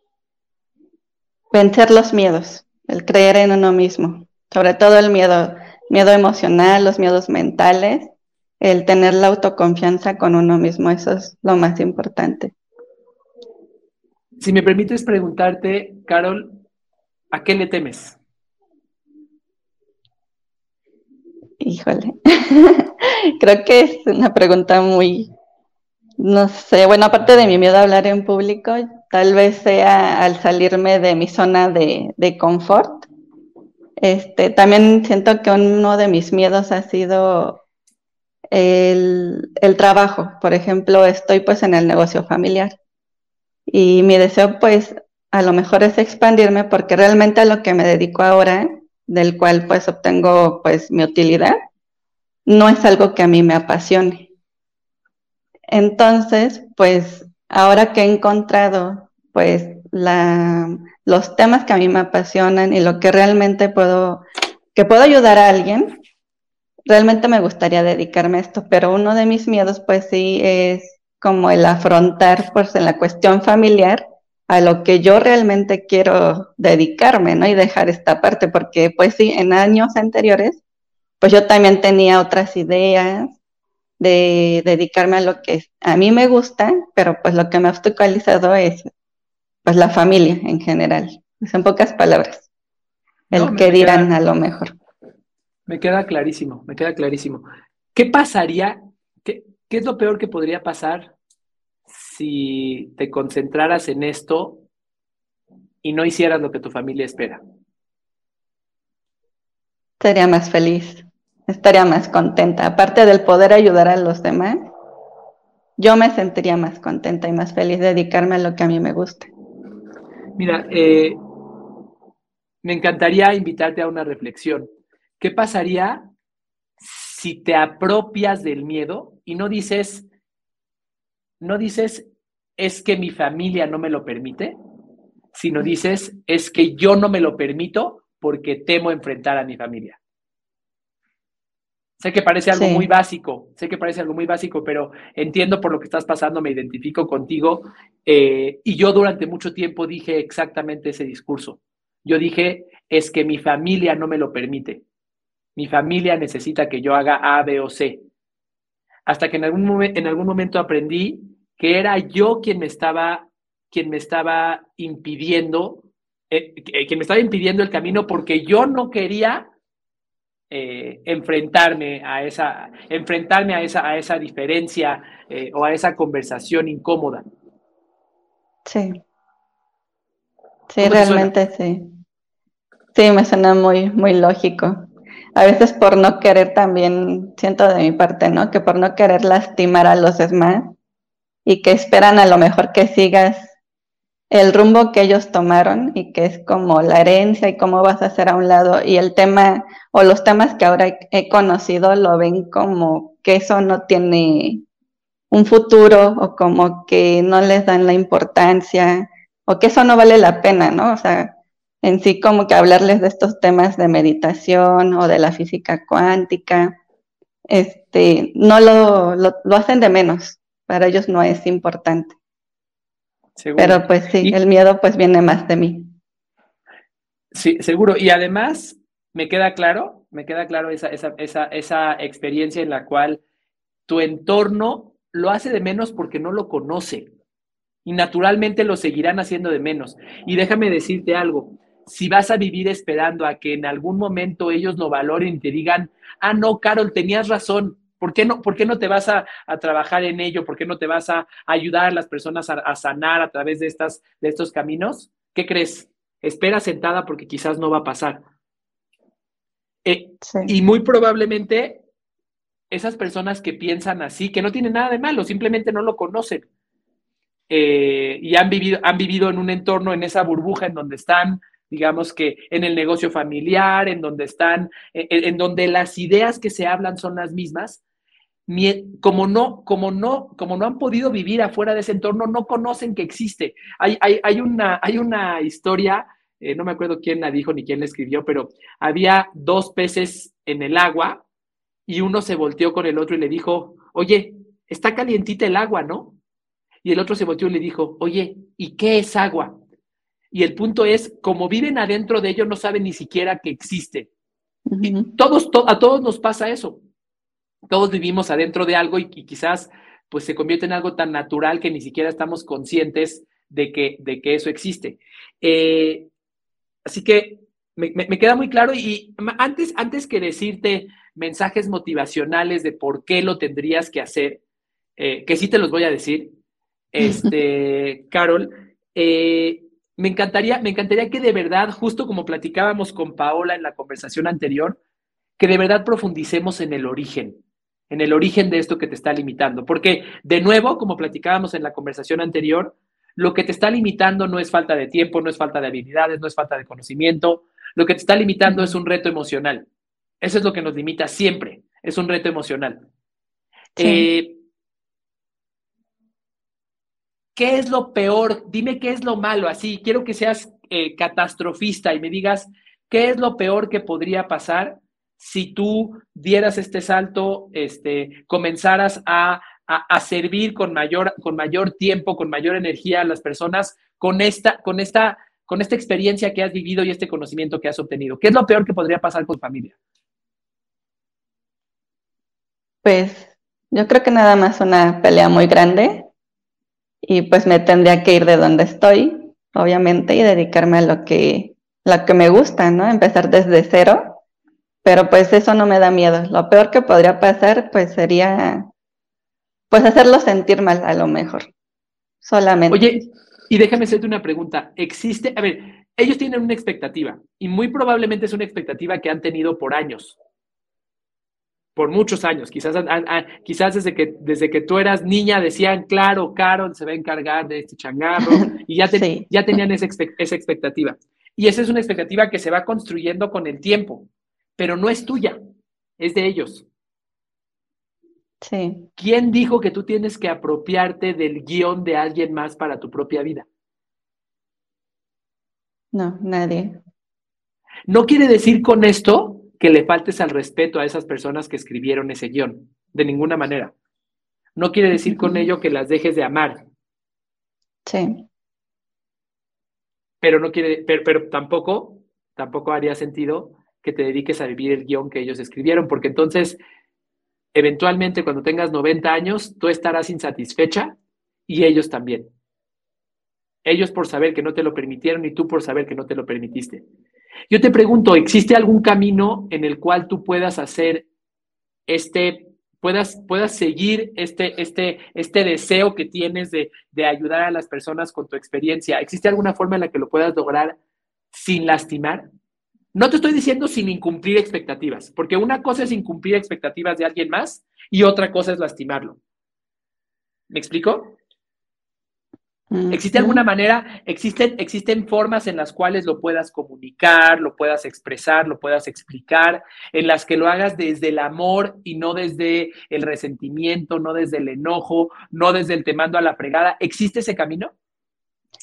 Vencer los miedos, el creer en uno mismo, sobre todo el miedo, miedo emocional, los miedos mentales, el tener la autoconfianza con uno mismo, eso es lo más importante. Si me permites preguntarte, Carol, ¿a qué le temes? Híjole, creo que es una pregunta muy, no sé, bueno, aparte de mi miedo a hablar en público, tal vez sea al salirme de mi zona de, de confort. Este, también siento que uno de mis miedos ha sido el, el trabajo. Por ejemplo, estoy pues en el negocio familiar y mi deseo pues a lo mejor es expandirme, porque realmente a lo que me dedico ahora, del cual pues obtengo pues mi utilidad, no es algo que a mí me apasione. Entonces, pues ahora que he encontrado pues la, los temas que a mí me apasionan y lo que realmente puedo, que puedo ayudar a alguien, realmente me gustaría dedicarme a esto, pero uno de mis miedos pues sí es como el afrontar pues en la cuestión familiar a lo que yo realmente quiero dedicarme, ¿no? Y dejar esta parte, porque pues sí, en años anteriores pues yo también tenía otras ideas de dedicarme a lo que a mí me gusta, pero pues lo que me ha obstaculizado es pues la familia en general. Pues en pocas palabras, el No, me, que me dirán queda, a lo mejor. Me queda clarísimo, me queda clarísimo. ¿Qué pasaría? ¿Qué, qué es lo peor que podría pasar si te concentraras en esto y no hicieras lo que tu familia espera? Sería más feliz, estaría más contenta. Aparte del poder ayudar a los demás, yo me sentiría más contenta y más feliz de dedicarme a lo que a mí me gusta. Mira, eh, me encantaría invitarte a una reflexión. ¿Qué pasaría si te apropias del miedo y no dices, no dices, es que mi familia no me lo permite, sino dices, es que yo no me lo permito porque temo enfrentar a mi familia? Sé que parece algo Sí. muy básico, sé que parece algo muy básico, pero entiendo por lo que estás pasando, me identifico contigo, eh, y yo durante mucho tiempo dije exactamente ese discurso. Yo dije, es que mi familia no me lo permite. Mi familia necesita que yo haga A, B o C. Hasta que en algún, momen- en algún momento aprendí que era yo quien me estaba, quien me estaba impidiendo, eh, eh, quien me estaba impidiendo el camino, porque yo no quería eh, enfrentarme a esa, enfrentarme a esa, a esa diferencia eh, o a esa conversación incómoda. Sí. Sí, ¿Cómo te suena? realmente sí. Sí, me suena muy, muy lógico. A veces por no querer también, siento de mi parte, ¿no? Que por no querer lastimar a los demás y que esperan a lo mejor que sigas el rumbo que ellos tomaron y que es como la herencia y cómo vas a hacer a un lado, y el tema o los temas que ahora he conocido lo ven como que eso no tiene un futuro o como que no les dan la importancia o que eso no vale la pena, ¿no? O sea, en sí como que hablarles de estos temas de meditación o de la física cuántica, este, no lo, lo, lo hacen de menos, para ellos no es importante. Seguro. Pero pues sí, y, el miedo pues viene más de mí. Sí, seguro. Y además, me queda claro, me queda claro esa, esa, esa, esa experiencia en la cual tu entorno lo hace de menos porque no lo conoce. Y naturalmente lo seguirán haciendo de menos. Y déjame decirte algo, si vas a vivir esperando a que en algún momento ellos lo valoren y te digan, ah, no, Carol, tenías razón, ¿por qué no, por qué no te vas a, a trabajar en ello? ¿Por qué no te vas a ayudar a las personas a, a sanar a través de, estas, de estos caminos? ¿Qué crees? Espera sentada porque quizás no va a pasar. Eh, Sí. Y muy probablemente esas personas que piensan así, que no tienen nada de malo, simplemente no lo conocen. Eh, y han vivido, han vivido en un entorno, en esa burbuja en donde están, digamos que en el negocio familiar, en donde están, en, en donde las ideas que se hablan son las mismas, como no, como no, como no han podido vivir afuera de ese entorno, no conocen que existe. Hay, hay, hay, una, hay una historia, eh, no me acuerdo quién la dijo ni quién la escribió, pero había dos peces en el agua y uno se volteó con el otro y le dijo, oye, está calientita el agua, ¿no? Y el otro se volteó y le dijo, oye, ¿y qué es agua? Y el punto es, como viven adentro de ellos, no saben ni siquiera que existe. Uh-huh. Y todos, to- a todos nos pasa eso. Todos vivimos adentro de algo y, y quizás pues, se convierte en algo tan natural que ni siquiera estamos conscientes de que, de que eso existe. Eh, así que me, me, me queda muy claro y antes, antes que decirte mensajes motivacionales de por qué lo tendrías que hacer, eh, que sí te los voy a decir, este, Carol, eh, me encantaría, me encantaría que de verdad, justo como platicábamos con Paola en la conversación anterior, que de verdad profundicemos en el origen, en el origen de esto que te está limitando. Porque, de nuevo, como platicábamos en la conversación anterior, lo que te está limitando no es falta de tiempo, no es falta de habilidades, no es falta de conocimiento. Lo que te está limitando es un reto emocional. Eso es lo que nos limita siempre, es un reto emocional. Sí. Eh, ¿Qué es lo peor? Dime qué es lo malo, así. Quiero que seas eh, catastrofista y me digas qué es lo peor que podría pasar si tú dieras este salto, este, comenzaras a, a, a servir con mayor, con mayor tiempo, con mayor energía a las personas, con esta, con, esta, con esta experiencia que has vivido y este conocimiento que has obtenido. ¿Qué es lo peor que podría pasar con tu familia? Pues yo creo que nada más una pelea muy grande y pues me tendría que ir de donde estoy, obviamente, y dedicarme a lo que, lo que me gusta, ¿no? Empezar desde cero. Pero pues eso no me da miedo. Lo peor que podría pasar pues sería pues hacerlo sentir mal a lo mejor. Solamente. Oye, y déjame hacerte una pregunta. ¿Existe? A ver, ellos tienen una expectativa y muy probablemente es una expectativa que han tenido por años. Por muchos años. Quizás, a, a, quizás desde, que, desde que tú eras niña decían, claro, Carol se va a encargar de este changarro y ya, te, sí. ya tenían esa, esa expectativa. Y esa es una expectativa que se va construyendo con el tiempo. Pero no es tuya, es de ellos. Sí. ¿Quién dijo que tú tienes que apropiarte del guión de alguien más para tu propia vida? No, nadie. No quiere decir con esto que le faltes al respeto a esas personas que escribieron ese guión, de ninguna manera. No quiere decir con ello que las dejes de amar. Sí. Pero no quiere, pero, pero tampoco, tampoco haría sentido que te dediques a vivir el guión que ellos escribieron, porque entonces, eventualmente, cuando tengas noventa años, tú estarás insatisfecha y ellos también. Ellos por saber que no te lo permitieron y tú por saber que no te lo permitiste. Yo te pregunto, ¿existe algún camino en el cual tú puedas hacer este, puedas, puedas seguir este, este, este deseo que tienes de, de ayudar a las personas con tu experiencia? ¿Existe alguna forma en la que lo puedas lograr sin lastimar? No te estoy diciendo sin incumplir expectativas, porque una cosa es incumplir expectativas de alguien más y otra cosa es lastimarlo. ¿Me explico? ¿Existe alguna manera, existen, existen formas en las cuales lo puedas comunicar, lo puedas expresar, lo puedas explicar, en las que lo hagas desde el amor y no desde el resentimiento, no desde el enojo, no desde el te mando a la fregada? ¿Existe ese camino?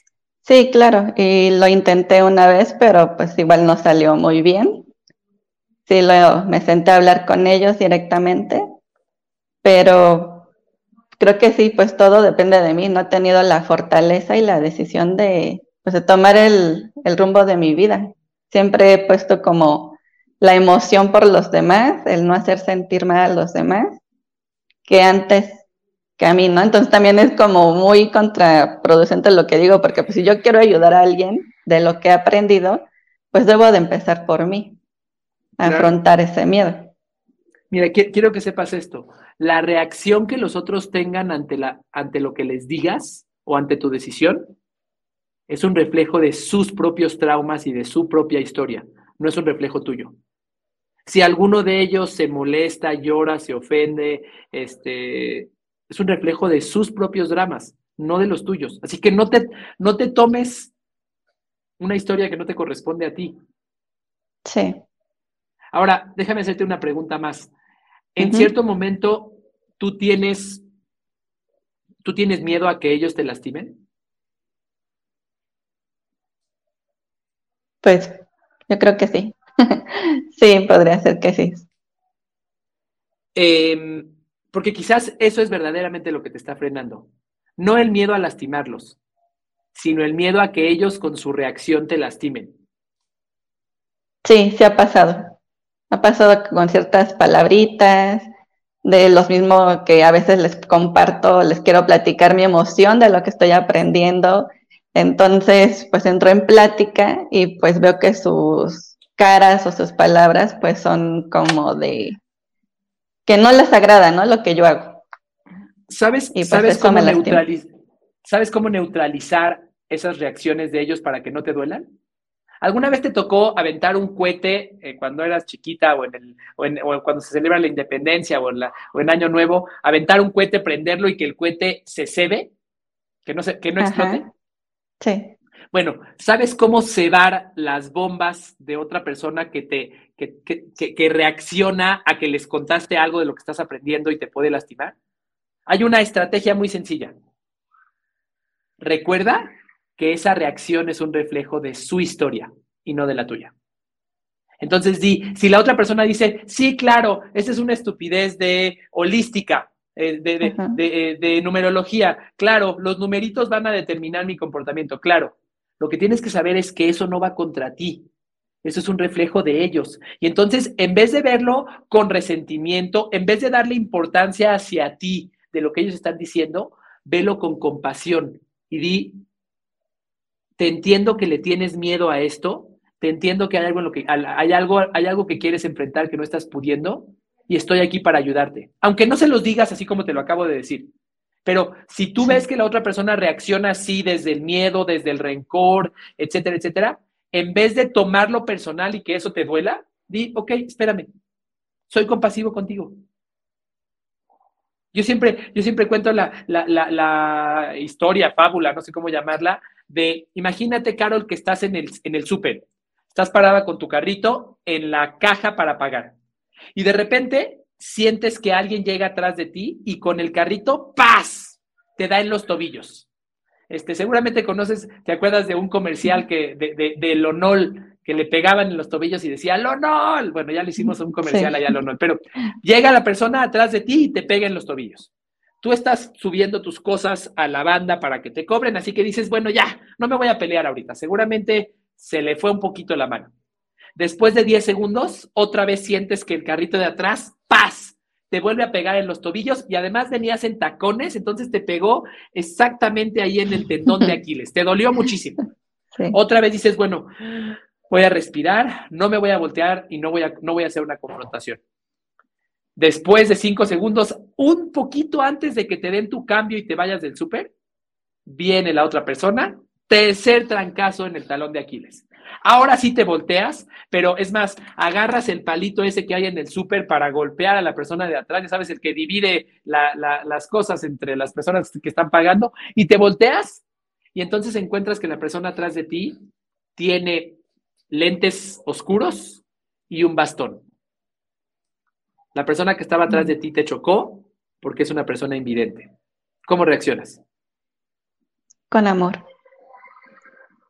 Sí, claro, y lo intenté una vez, pero pues igual no salió muy bien. Sí, luego me senté a hablar con ellos directamente, pero creo que sí, pues todo depende de mí. No he tenido la fortaleza y la decisión de, pues, de tomar el, el rumbo de mi vida. Siempre he puesto como la emoción por los demás, el no hacer sentir mal a los demás, que antes que a mí, ¿no? Entonces también es como muy contraproducente lo que digo, porque pues si yo quiero ayudar a alguien de lo que he aprendido, pues debo de empezar por mí, a Claro. afrontar ese miedo. Mira, qui- quiero que sepas esto. La reacción que los otros tengan ante, la, ante lo que les digas o ante tu decisión es un reflejo de sus propios traumas y de su propia historia, no es un reflejo tuyo. Si alguno de ellos se molesta, llora, se ofende, este, es un reflejo de sus propios dramas, no de los tuyos. Así que no te, no te tomes una historia que no te corresponde a ti. Sí. Ahora, déjame hacerte una pregunta más. En Ujú. cierto momento, ¿tú tienes, tú tienes miedo a que ellos te lastimen? Pues yo creo que sí. Sí, podría ser que sí. Eh, porque quizás eso es verdaderamente lo que te está frenando. No el miedo a lastimarlos, sino el miedo a que ellos con su reacción te lastimen. Sí, sí ha pasado. Ha pasado con ciertas palabritas, de los mismos que a veces les comparto, les quiero platicar mi emoción de lo que estoy aprendiendo. Entonces, pues entro en plática y pues veo que sus caras o sus palabras pues son como de que no les agrada, ¿no? Lo que yo hago. ¿Sabes, Y pues sabes, eso cómo me lastima. neutraliz- ¿Sabes cómo neutralizar esas reacciones de ellos para que no te duelan? ¿Alguna vez te tocó aventar un cohete eh, cuando eras chiquita o, en el, o, en, o cuando se celebra la independencia o en, la, o en Año Nuevo, aventar un cohete, prenderlo y que el cohete se cebe, que no, se, que no explote? Ajá, sí. Bueno, ¿sabes cómo cebar las bombas de otra persona que, te, que, que, que, que reacciona a que les contaste algo de lo que estás aprendiendo y te puede lastimar? Hay una estrategia muy sencilla. Recuerda que esa reacción es un reflejo de su historia y no de la tuya. Entonces, di, si la otra persona dice, sí, claro, esa es una estupidez de holística, eh, de, de, Ajá. de, de numerología, claro, los numeritos van a determinar mi comportamiento, claro. Lo que tienes que saber es que eso no va contra ti, eso es un reflejo de ellos. Y entonces, en vez de verlo con resentimiento, en vez de darle importancia hacia ti de lo que ellos están diciendo, velo con compasión y di, te entiendo que le tienes miedo a esto, te entiendo que hay algo en lo que hay algo, hay algo que quieres enfrentar que no estás pudiendo y estoy aquí para ayudarte. Aunque no se los digas así como te lo acabo de decir. Pero si tú Sí. ves que la otra persona reacciona así desde el miedo, desde el rencor, etcétera, etcétera, en vez de tomarlo personal y que eso te duela, di, ok, espérame, soy compasivo contigo. Yo siempre, yo siempre cuento la, la, la, la historia, fábula, no sé cómo llamarla, de, imagínate, Carol, que estás en el, en el súper, estás parada con tu carrito en la caja para pagar, y de repente sientes que alguien llega atrás de ti y con el carrito, ¡paz!, te da en los tobillos. Este, seguramente conoces, ¿te acuerdas de un comercial que, de, de, de Lonol, que le pegaban en los tobillos y decía, ¡Lonol! Bueno, ya le hicimos un comercial Sí. allá a Lonol, pero llega la persona atrás de ti y te pega en los tobillos. Tú estás subiendo tus cosas a la banda para que te cobren, así que dices, bueno, ya, no me voy a pelear ahorita, seguramente se le fue un poquito la mano. Después de diez segundos, otra vez sientes que el carrito de atrás, ¡paz!, te vuelve a pegar en los tobillos y además venías en tacones, entonces te pegó exactamente ahí en el tendón de Aquiles. Te dolió muchísimo. Sí. Otra vez dices, bueno, voy a respirar, no me voy a voltear y no voy a, no voy a hacer una confrontación. Después de cinco segundos, un poquito antes de que te den tu cambio y te vayas del súper, viene la otra persona, tercer trancazo en el talón de Aquiles. Ahora sí te volteas, pero es más, agarras el palito ese que hay en el súper para golpear a la persona de atrás, ya sabes, el que divide la, la, las cosas entre las personas que están pagando, y te volteas, y entonces encuentras que la persona atrás de ti tiene lentes oscuros y un bastón. La persona que estaba atrás de ti te chocó porque es una persona invidente. ¿Cómo reaccionas? Con amor.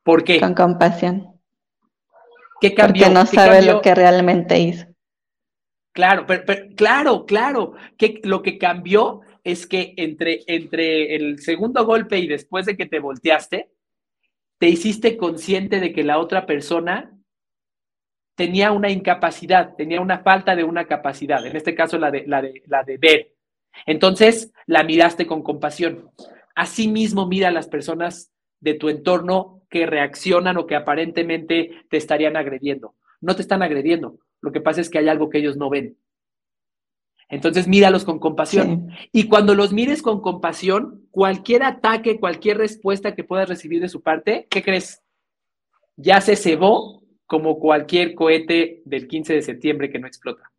¿Por qué? Con compasión. ¿Qué cambió? Porque no ¿Qué sabe cambió? lo que realmente hizo. Claro, pero, pero, claro, claro. Que lo que cambió es que entre, entre el segundo golpe y después de que te volteaste, te hiciste consciente de que la otra persona tenía una incapacidad, tenía una falta de una capacidad, en este caso la de, la de, la de ver. Entonces la miraste con compasión. Asimismo, mira a las personas de tu entorno que reaccionan o que aparentemente te estarían agrediendo. No te están agrediendo, lo que pasa es que hay algo que ellos no ven. Entonces míralos con compasión. Sí. Y cuando los mires con compasión, cualquier ataque, cualquier respuesta que puedas recibir de su parte, ¿qué crees? Ya se cebó como cualquier cohete del quince de septiembre que no explota.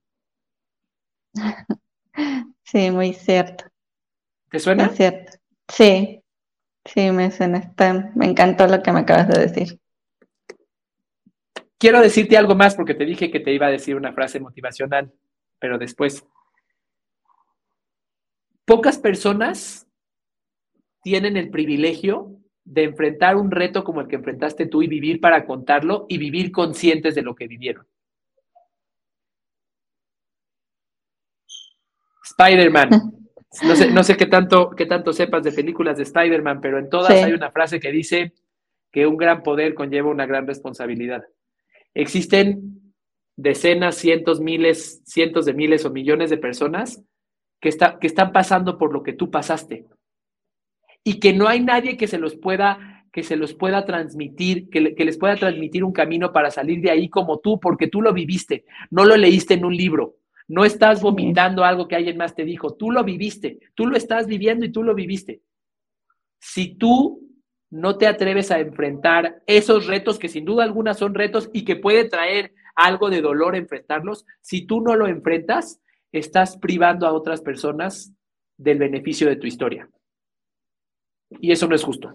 Sí, muy cierto. ¿Te suena? Es cierto. Sí, sí, me suena. Está, me encantó lo que me acabas de decir. Quiero decirte algo más porque te dije que te iba a decir una frase motivacional, pero después. Pocas personas tienen el privilegio de enfrentar un reto como el que enfrentaste tú y vivir para contarlo y vivir conscientes de lo que vivieron. Spider-Man. No sé, no sé qué tanto, qué tanto sepas de películas de Spider-Man, pero en todas sí. Hay una frase que dice que un gran poder conlleva una gran responsabilidad. Existen decenas, cientos, miles, cientos de miles o millones de personas que, está, que están pasando por lo que tú pasaste y que no hay nadie que se los pueda, que se los pueda transmitir, que, le, que les pueda transmitir un camino para salir de ahí como tú, porque tú lo viviste, no lo leíste en un libro. No estás vomitando algo que alguien más te dijo. Tú lo viviste. Tú lo estás viviendo y tú lo viviste. Si tú no te atreves a enfrentar esos retos, que sin duda alguna son retos y que puede traer algo de dolor enfrentarlos, si tú no lo enfrentas, estás privando a otras personas del beneficio de tu historia. Y eso no es justo.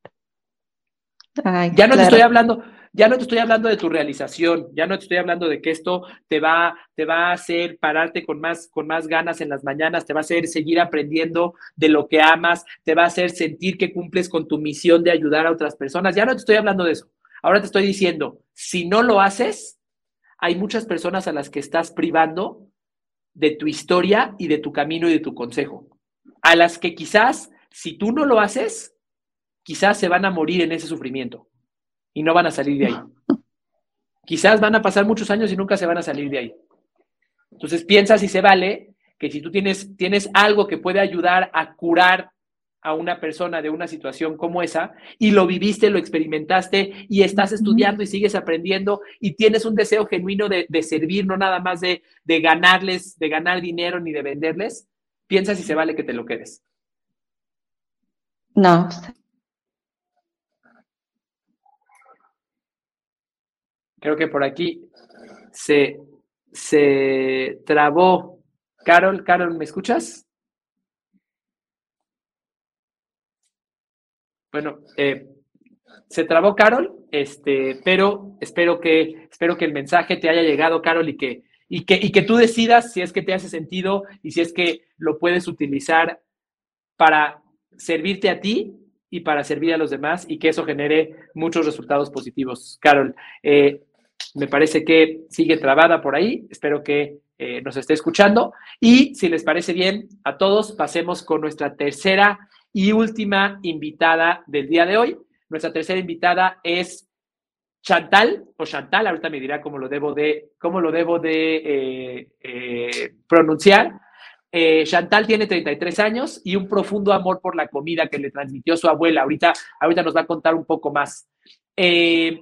Ay, ya no claro. te estoy hablando, ya no te estoy hablando de tu realización, ya no te estoy hablando de que esto te va, te va a hacer pararte con más, con más ganas en las mañanas, te va a hacer seguir aprendiendo de lo que amas, te va a hacer sentir que cumples con tu misión de ayudar a otras personas. Ya no te estoy hablando de eso. Ahora te estoy diciendo, si no lo haces, hay muchas personas a las que estás privando de tu historia y de tu camino y de tu consejo. A las que quizás, si tú no lo haces, quizás se van a morir en ese sufrimiento y no van a salir de ahí. Quizás van a pasar muchos años y nunca se van a salir de ahí. Entonces piensa si se vale que si tú tienes, tienes algo que puede ayudar a curar a una persona de una situación como esa y lo viviste, lo experimentaste y estás estudiando y sigues aprendiendo y tienes un deseo genuino de, de servir, no nada más de, de ganarles, de ganar dinero ni de venderles, piensa si se vale que te lo quedes. No. Creo que por aquí se, se trabó. Carol, Carol, ¿me escuchas? Bueno, eh, se trabó Carol, este, pero espero que, espero que el mensaje te haya llegado, Carol, y que, y, que, y que tú decidas si es que te hace sentido y si es que lo puedes utilizar para servirte a ti y para servir a los demás y que eso genere muchos resultados positivos. Carol, eh, me parece que sigue trabada por ahí, espero que eh, nos esté escuchando y si les parece bien a todos, pasemos con nuestra tercera y última invitada del día de hoy. Nuestra tercera invitada es Chantal, o Chantal, ahorita me dirá cómo lo debo de, cómo lo debo de eh, eh, pronunciar. Eh, Chantal tiene treinta y tres años y un profundo amor por la comida que le transmitió su abuela. Ahorita, ahorita nos va a contar un poco más. Eh,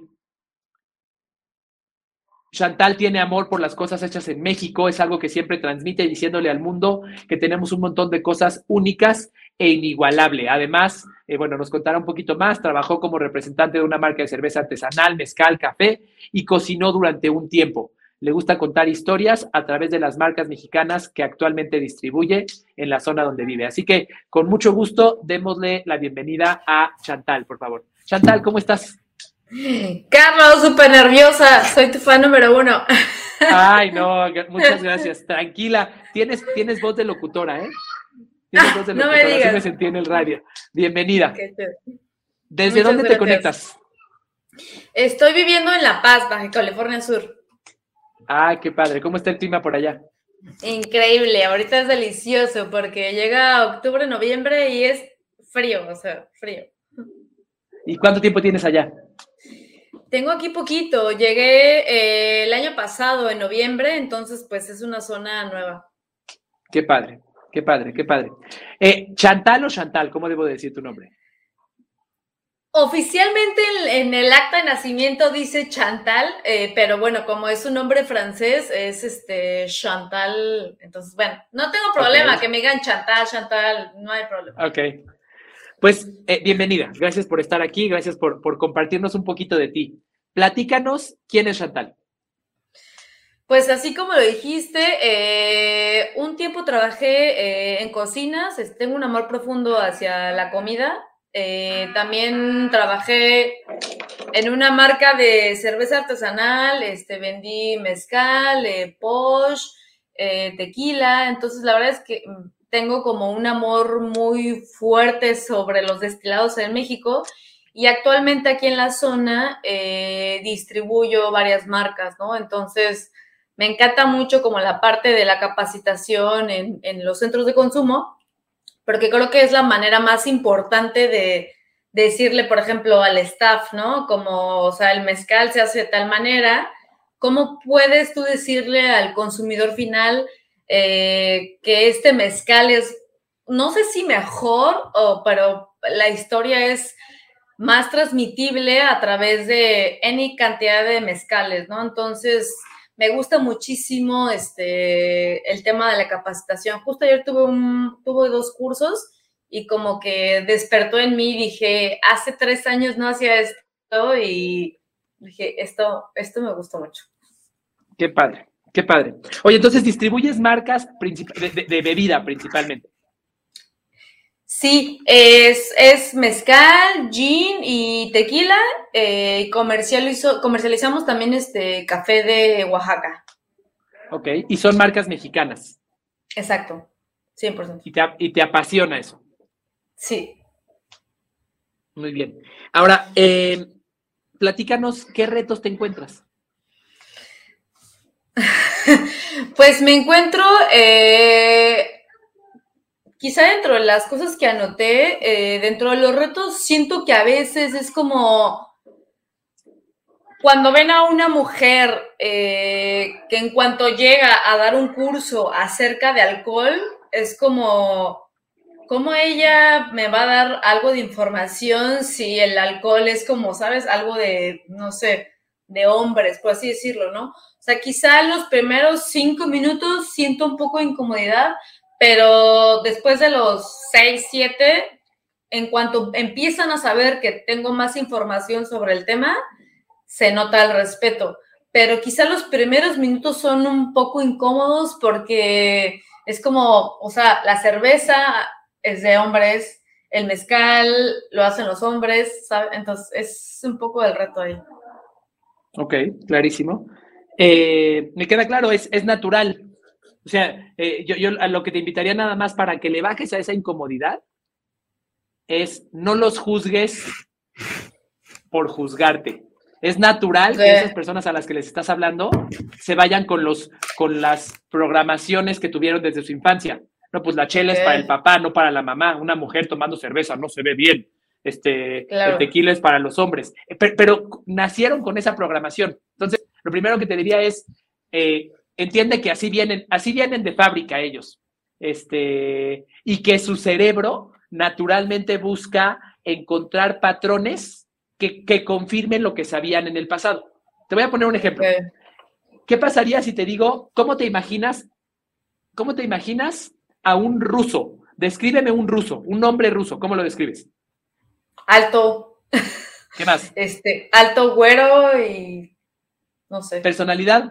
Chantal tiene amor por las cosas hechas en México, es algo que siempre transmite diciéndole al mundo que tenemos un montón de cosas únicas e inigualables. Además, eh, bueno, nos contará un poquito más, trabajó como representante de una marca de cerveza artesanal, mezcal, café y cocinó durante un tiempo. Le gusta contar historias a través de las marcas mexicanas que actualmente distribuye en la zona donde vive. Así que, con mucho gusto, démosle la bienvenida a Chantal, por favor. Chantal, ¿cómo estás? Carlos, súper nerviosa, soy tu fan número uno. Ay, no, muchas gracias. Tranquila, tienes, tienes voz de locutora, ¿eh? Tienes voz de no locutora, me digas. así me sentí en el radio. Bienvenida. Okay, ¿Desde Muchas dónde gracias. te conectas? Estoy viviendo en La Paz, Baja California Sur. Ah, qué padre. ¿Cómo está el clima por allá? Increíble, ahorita es delicioso porque llega octubre, noviembre y es frío, o sea, frío. ¿Y cuánto tiempo tienes allá? Tengo aquí poquito, llegué eh, el año pasado en noviembre, entonces pues es una zona nueva. Qué padre, qué padre, qué padre. Eh, ¿Chantal o Chantal? ¿Cómo debo decir tu nombre? Oficialmente en, en el acta de nacimiento dice Chantal, eh, pero bueno, como es un nombre francés, es este Chantal. Entonces, bueno, no tengo problema Okay. que me digan Chantal, Chantal, no hay problema. Ok. Pues, eh, bienvenida. Gracias por estar aquí, gracias por, por compartirnos un poquito de ti. Platícanos, ¿quién es Chantal? Pues así como lo dijiste, eh, un tiempo trabajé eh, en cocinas, es- tengo un amor profundo hacia la comida. Eh, también trabajé en una marca de cerveza artesanal, este, vendí mezcal, eh, posh, eh, tequila. Entonces la verdad es que mm, tengo como un amor muy fuerte sobre los destilados en México. Y actualmente aquí en la zona eh, distribuyo varias marcas, ¿no? Entonces me encanta mucho como la parte de la capacitación en, en los centros de consumo, porque creo que es la manera más importante de decirle, por ejemplo, al staff, ¿no? Como, o sea, el mezcal se hace de tal manera, ¿cómo puedes tú decirle al consumidor final eh, que este mezcal es, no sé si mejor, o, pero la historia es más transmitible a través de any cantidad de mezcales, ¿no? Entonces, me gusta muchísimo este, el tema de la capacitación. Justo ayer tuve, un, tuve dos cursos y como que despertó en mí, dije, hace tres años no hacía esto y dije, esto, esto me gustó mucho. Qué padre, qué padre. Oye, entonces distribuyes marcas princip- de, de, de bebida principalmente. Sí, es, es mezcal, gin y tequila. Eh, comercializo, comercializamos también este café de Oaxaca. Ok, y son marcas mexicanas. Exacto, cien por ciento. Y te, y te apasiona eso. Sí. Muy bien. Ahora, eh, platícanos qué retos te encuentras. Pues me encuentro, eh, quizá dentro de las cosas que anoté, eh, dentro de los retos, siento que a veces es como cuando ven a una mujer eh, que en cuanto llega a dar un curso acerca de alcohol, es como, ¿cómo ella me va a dar algo de información si el alcohol es como, ¿sabes? Algo de, no sé, de hombres, por así decirlo, ¿no? O sea, quizá los primeros cinco minutos siento un poco de incomodidad, pero después de los seis, siete, en cuanto empiezan a saber que tengo más información sobre el tema, se nota el respeto. Pero quizá los primeros minutos son un poco incómodos porque es como, o sea, la cerveza es de hombres, el mezcal lo hacen los hombres, ¿sabes? Entonces es un poco el reto ahí. Ok, clarísimo. Eh, me queda claro, es, es natural. O sea, eh, yo, yo a lo que te invitaría nada más para que le bajes a esa incomodidad es no los juzgues por juzgarte. Es natural Sí. que esas personas a las que les estás hablando se vayan con, los, con las programaciones que tuvieron desde su infancia. No, pues la chela Sí. es para el papá, no para la mamá. Una mujer tomando cerveza no se ve bien. Este, Claro. El tequila es para los hombres. Pero, pero nacieron con esa programación. Entonces, lo primero que te diría es, eh, entiende que así vienen, así vienen de fábrica ellos. Este, y que su cerebro naturalmente busca encontrar patrones que, que confirmen lo que sabían en el pasado. Te voy a poner un ejemplo. Sí. ¿Qué pasaría si te digo, ¿cómo te imaginas, cómo te imaginas a un ruso? Descríbeme un ruso, un hombre ruso. ¿Cómo lo describes? Alto, ¿Qué más? este, alto, güero y no sé, Personalidad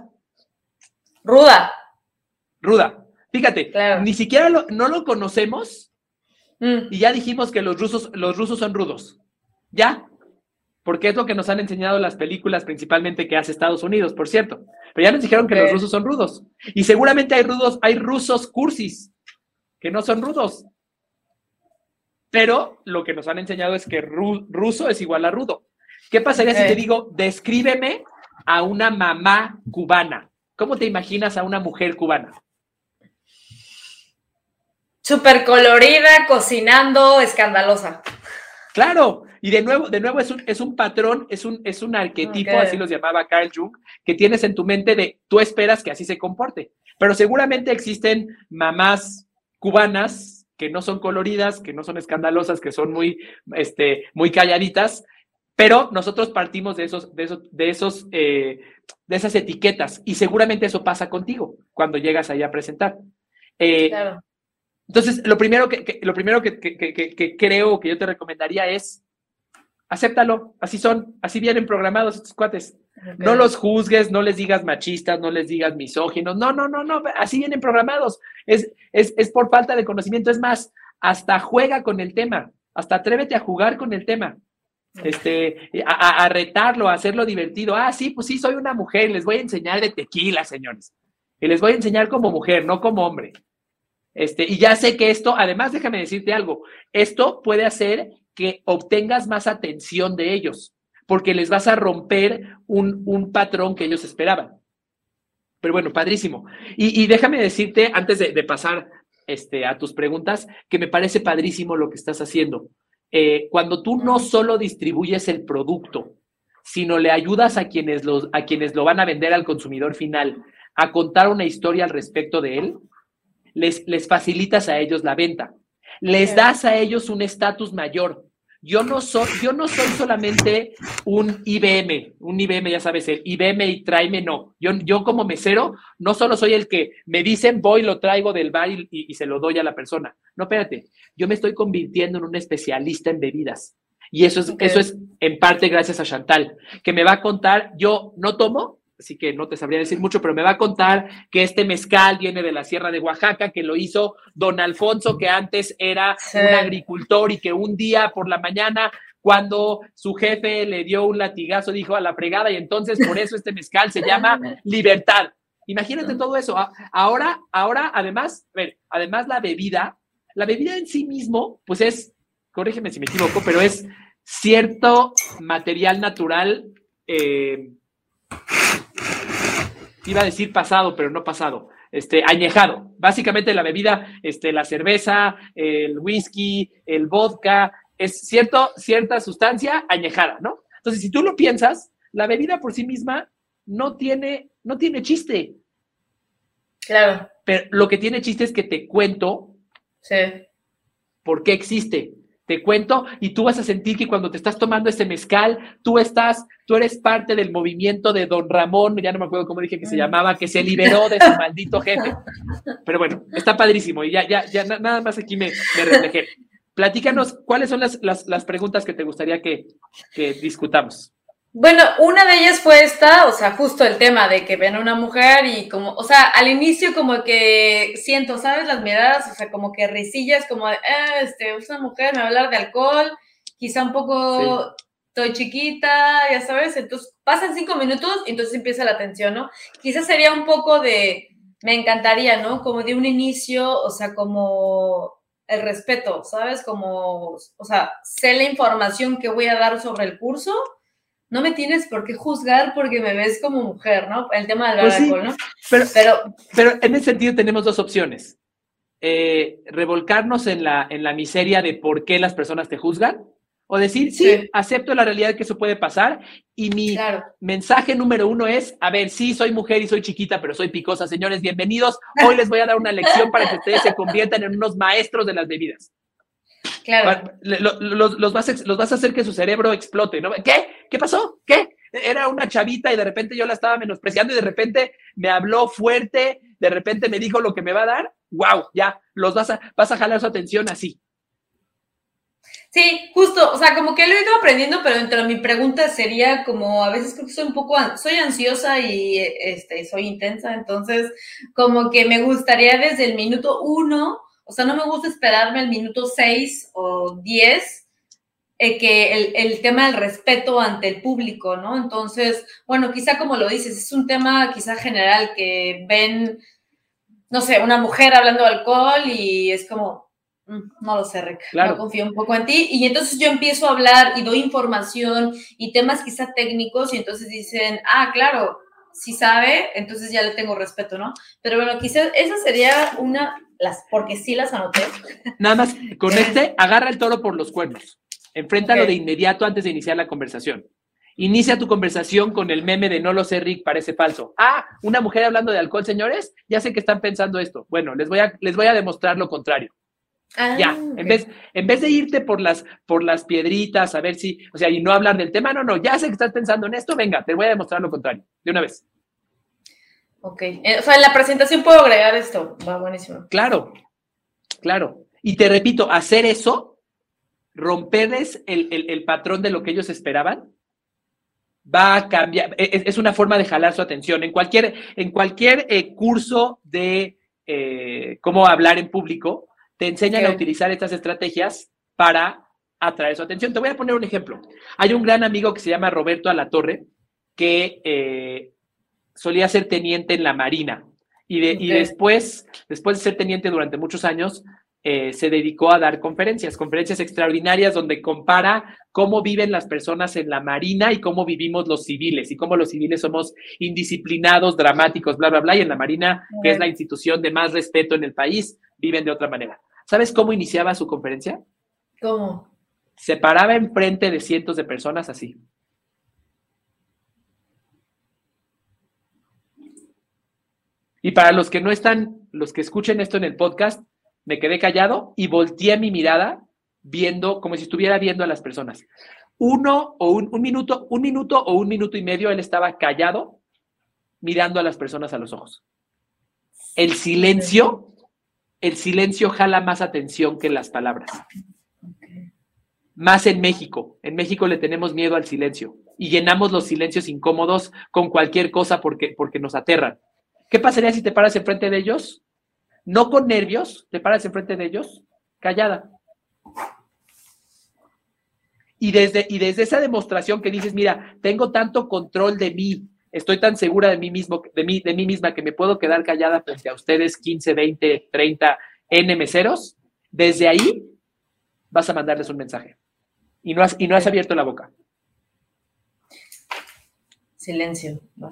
ruda. ruda. Fíjate, Claro. ni siquiera lo, no lo conocemos Mm, y ya dijimos que los rusos, los rusos son rudos. ¿Ya? Porque es lo que nos han enseñado las películas principalmente que hace Estados Unidos, por cierto. Pero ya nos dijeron que Ok. los rusos son rudos. Y seguramente hay rudos, hay rusos cursis que no son rudos. Pero lo que nos han enseñado es que ru- ruso es igual a rudo. ¿Qué pasaría Okay. si te digo, descríbeme a una mamá cubana? ¿Cómo te imaginas a una mujer cubana? Súper colorida, cocinando, escandalosa. Claro, y de nuevo, de nuevo es un, es un patrón, es un, es un arquetipo, Okay. así los llamaba Carl Jung, que tienes en tu mente de tú esperas que así se comporte. Pero seguramente existen mamás cubanas que no son coloridas, que no son escandalosas, que son muy, este, muy calladitas, pero nosotros partimos de esos, de esos, de esos, eh, de esas etiquetas, y seguramente eso pasa contigo cuando llegas ahí a presentar. Eh, Claro. Entonces, lo primero que, que lo primero que, que, que, que creo que yo te recomendaría es acéptalo, así son, así vienen programados estos cuates. Okay. No los juzgues, no les digas machistas, no les digas misóginos, no, no, no, no, así vienen programados. Es, es, es por falta de conocimiento, es más, hasta juega con el tema, hasta atrévete a jugar con el tema. Este, a, a retarlo, a hacerlo divertido. Ah, sí, pues sí, soy una mujer, les voy a enseñar de tequila, señores. Y les voy a enseñar como mujer, no como hombre. Este, y ya sé que esto, además, déjame decirte algo, esto puede hacer que obtengas más atención de ellos, porque les vas a romper un, un patrón que ellos esperaban. Pero bueno, padrísimo. Y, y déjame decirte, antes de, de pasar este, a tus preguntas, que me parece padrísimo lo que estás haciendo. Eh, cuando tú no solo distribuyes el producto, sino le ayudas a quienes, los, a quienes lo van a vender al consumidor final a contar una historia al respecto de él, Les, les facilitas a ellos la venta, les das a ellos un estatus mayor. Yo no soy, yo no soy solamente un I B M, un I B M, ya sabes, el I B M y tráeme, no. Yo, yo como mesero no solo soy el que me dicen voy, lo traigo del bar y, y, y se lo doy a la persona. No, espérate, yo me estoy convirtiendo en un especialista en bebidas. Y eso es, okay. eso es en parte gracias a Chantal, que me va a contar, yo no tomo, así que no te sabría decir mucho, pero me va a contar que este mezcal viene de la Sierra de Oaxaca, que lo hizo don Alfonso, que antes era sí. un agricultor y que un día por la mañana, cuando su jefe le dio un latigazo, dijo a la fregada, y entonces por eso este mezcal se llama Libertad. Imagínate todo eso. Ahora, ahora, además, a ver, además la bebida, la bebida en sí mismo, pues es, corrígeme si me equivoco, pero es cierto material natural, eh, iba a decir pasado, pero no pasado, este, añejado. Básicamente la bebida, este, la cerveza, el whisky, el vodka, es cierto, cierta sustancia añejada, ¿no? Entonces, si tú lo piensas, la bebida por sí misma no tiene, no tiene chiste. Claro. Pero lo que tiene chiste es que te cuento sí. por qué existe. Te cuento y tú vas a sentir que cuando te estás tomando ese mezcal, tú estás, tú eres parte del movimiento de don Ramón, ya no me acuerdo cómo dije que se llamaba, que se liberó de su maldito jefe. Pero bueno, está padrísimo y ya, ya, ya nada más aquí me, me reflejé. Platícanos, ¿cuáles son las, las, las preguntas que te gustaría que, que discutamos? Bueno, una de ellas fue esta, o sea, justo el tema de que ven a una mujer y como, o sea, al inicio como que siento, ¿sabes? Las miradas, o sea, como que risillas, como de, eh, este, es una mujer, me va a hablar de alcohol, quizá un poco, sí. estoy chiquita, ya sabes, entonces pasan cinco minutos y entonces empieza la tensión, ¿no? Quizás sería un poco de, me encantaría, ¿no? Como de un inicio, o sea, como el respeto, ¿sabes? Como, o sea, sé la información que voy a dar sobre el curso. No me tienes por qué juzgar porque me ves como mujer, ¿no? El tema del pues alcohol, sí, ¿no? Pero, pero, pero en ese sentido tenemos dos opciones. Eh, revolcarnos en la, en la miseria de por qué las personas te juzgan, o decir, sí, sí. acepto la realidad de que eso puede pasar, y mi claro. mensaje número uno es, a ver, sí, soy mujer y soy chiquita, pero soy picosa, señores, bienvenidos. Hoy les voy a dar una lección para que ustedes se conviertan en unos maestros de las bebidas. Claro. Los, los, los, vas a, los vas a hacer que su cerebro explote, ¿no? ¿Qué? ¿Qué pasó? ¿Qué? Era una chavita y de repente yo la estaba menospreciando y de repente me habló fuerte, de repente me dijo lo que me va a dar. ¡Wow! Ya, los vas a, vas a jalar su atención así. Sí, justo, o sea, como que lo he ido aprendiendo, pero entre mi pregunta sería como, a veces creo que soy un poco, soy ansiosa y este, soy intensa, entonces como que me gustaría desde el minuto uno, o sea, no me gusta esperarme al minuto seis o diez, eh, que el, el tema del respeto ante el público, ¿no? Entonces, bueno, quizá como lo dices, es un tema quizá general que ven, no sé, una mujer hablando de alcohol y es como, No lo sé, Rick. Claro. No confío un poco en ti. Y entonces yo empiezo a hablar y doy información y temas quizá técnicos y entonces dicen, ah, claro, si sabe, entonces ya le tengo respeto, ¿no? Pero bueno, quizás esa sería una, las, porque sí las anoté. Nada más, con este, agarra el toro por los cuernos. Enfréntalo Ok. de inmediato antes de iniciar la conversación. Inicia tu conversación con el meme de no lo sé, Rick, parece falso. Ah, una mujer hablando de alcohol, señores. Ya sé que están pensando esto. Bueno, les voy a, les voy a demostrar lo contrario. Ah, Ya, ok. en vez, en vez de irte por las, por las piedritas, a ver si, o sea, y no hablar del tema, no, no, ya sé que estás pensando en esto, venga, te voy a demostrar lo contrario, de una vez. Ok. Eh, o sea, en la presentación puedo agregar esto. Va, buenísimo. Claro, claro. Y te repito, hacer eso, romperles el, el, el patrón de lo que ellos esperaban, va a cambiar, es, es una forma de jalar su atención. En cualquier, en cualquier eh, curso de eh, cómo hablar en público, te enseñan Ok. a utilizar estas estrategias para atraer su atención. Te voy a poner un ejemplo. Hay un gran amigo que se llama Roberto Alatorre, que eh, solía ser teniente en la Marina. Y, de, Ok. y después, después de ser teniente durante muchos años, eh, se dedicó a dar conferencias, conferencias extraordinarias donde compara cómo viven las personas en la Marina y cómo vivimos los civiles, y cómo los civiles somos indisciplinados, dramáticos, bla, bla, bla, y en la Marina, que es la institución de más respeto en el país, viven de otra manera. ¿Sabes cómo iniciaba su conferencia? ¿Cómo? Se paraba enfrente de cientos de personas así. Y para los que no están, los que escuchen esto en el podcast, me quedé callado y volteé mi mirada viendo, como si estuviera viendo a las personas. Uno o un, un minuto, un minuto o un minuto y medio, él estaba callado mirando a las personas a los ojos. El silencio, el silencio jala más atención que las palabras. Más en México. En México le tenemos miedo al silencio y llenamos los silencios incómodos con cualquier cosa porque, porque nos aterran. ¿Qué pasaría si te paras enfrente de ellos? No con nervios, te paras enfrente de ellos, callada. Y desde, y desde esa demostración que dices, mira, tengo tanto control de mí, estoy tan segura de mí mismo, de mí, de mí misma, que me puedo quedar callada frente a ustedes quince, veinte, treinta N meseros, desde ahí vas a mandarles un mensaje. Y no has, y no has abierto la boca. Silencio. Va.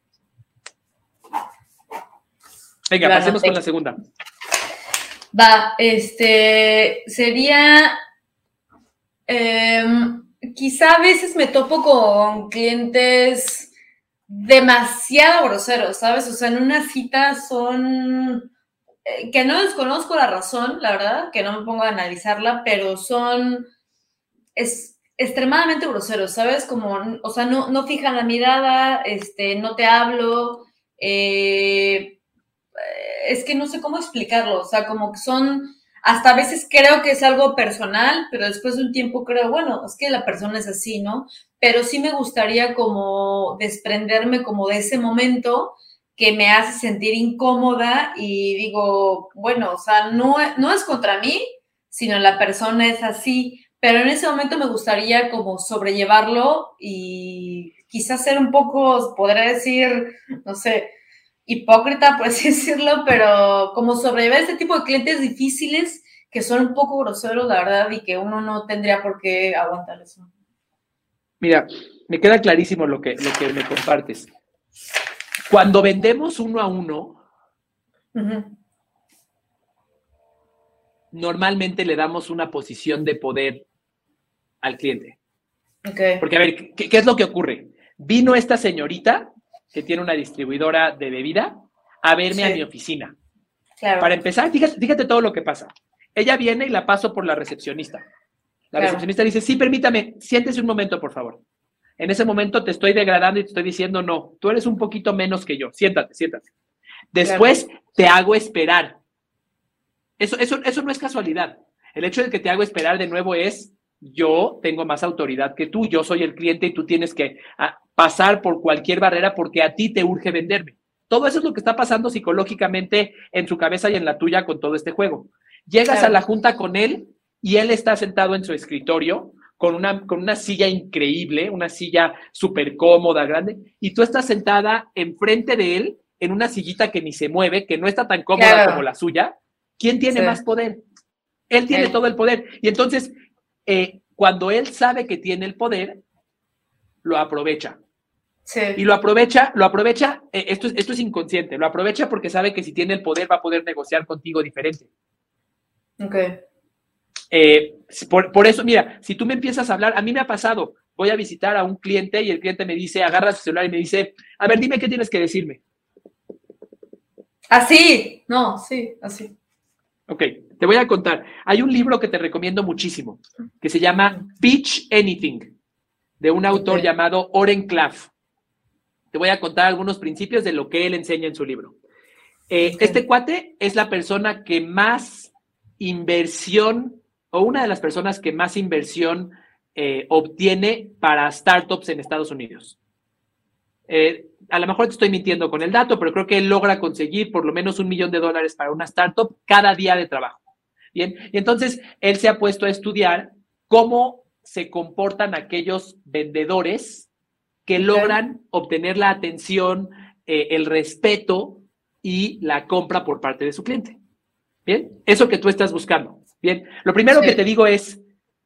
Venga, Lo pasemos anoté. con la segunda. Va, este, sería, eh, quizá a veces me topo con clientes demasiado groseros, ¿sabes? O sea, en una cita son, eh, que no desconozco la razón, la verdad, que no me pongo a analizarla, pero son es, extremadamente groseros, ¿sabes? Como, o sea, no, no fijan la mirada, este, no te hablo, eh... es que no sé cómo explicarlo, o sea, como que son, hasta a veces creo que es algo personal, pero después de un tiempo creo, bueno, es que la persona es así, ¿no? Pero sí me gustaría como desprenderme como de ese momento que me hace sentir incómoda y digo, bueno, o sea, no, no es contra mí, sino la persona es así, pero en ese momento me gustaría como sobrellevarlo y quizás ser un poco, podría decir, no sé, hipócrita, por así decirlo, pero como sobrellevar este tipo de clientes difíciles que son un poco groseros, la verdad, y que uno no tendría por qué aguantar eso. Mira, me queda clarísimo lo que, lo que me compartes. Cuando vendemos uno a uno, Uh-huh. normalmente le damos una posición de poder al cliente. Okay. Porque, a ver, ¿qué, qué es lo que ocurre? Vino esta señorita que tiene una distribuidora de bebida a verme Sí. a mi oficina. Claro. Para empezar, fíjate, fíjate todo lo que pasa. Ella viene y la paso por la recepcionista. La Claro. recepcionista dice, sí, permítame, siéntese un momento, por favor. En ese momento te estoy degradando y te estoy diciendo, no, tú eres un poquito menos que yo. Siéntate, siéntate. Después Claro. te hago esperar. Eso, eso, eso no es casualidad. El hecho de que te hago esperar de nuevo es, yo tengo más autoridad que tú, yo soy el cliente y tú tienes que a, pasar por cualquier barrera porque a ti te urge venderme. Todo eso es lo que está pasando psicológicamente en su cabeza y en la tuya con todo este juego. Llegas Claro. a la junta con él y él está sentado en su escritorio con una, con una silla increíble, una silla súper cómoda, grande, y tú estás sentada enfrente de él en una sillita que ni se mueve, que no está tan cómoda Claro. como la suya. ¿Quién tiene Sí. más poder? Él tiene Él. todo el poder. Y entonces, eh, cuando él sabe que tiene el poder, lo aprovecha. Sí. Y lo aprovecha, lo aprovecha, eh, esto, es, esto es inconsciente, lo aprovecha porque sabe que si tiene el poder va a poder negociar contigo diferente. Ok. Eh, por, por eso, mira, si tú me empiezas a hablar, a mí me ha pasado, voy a visitar a un cliente y el cliente me dice, agarra su celular y me dice, a ver, dime qué tienes que decirme. Así, no, sí, así. Ok, te voy a contar. Hay un libro que te recomiendo muchísimo, que se llama Pitch Anything, de un autor Ok. llamado Oren Klaff. Te voy a contar algunos principios de lo que él enseña en su libro. Eh, Ok. Este cuate es la persona que más inversión, o una de las personas que más inversión eh, obtiene para startups en Estados Unidos. Eh, a lo mejor te estoy mintiendo con el dato, pero creo que él logra conseguir por lo menos un millón de dólares para una startup cada día de trabajo. Bien, y entonces él se ha puesto a estudiar cómo se comportan aquellos vendedores que Ok. logran obtener la atención, eh, el respeto y la compra por parte de su cliente. Bien, eso que tú estás buscando. Bien, lo primero Sí. que te digo es,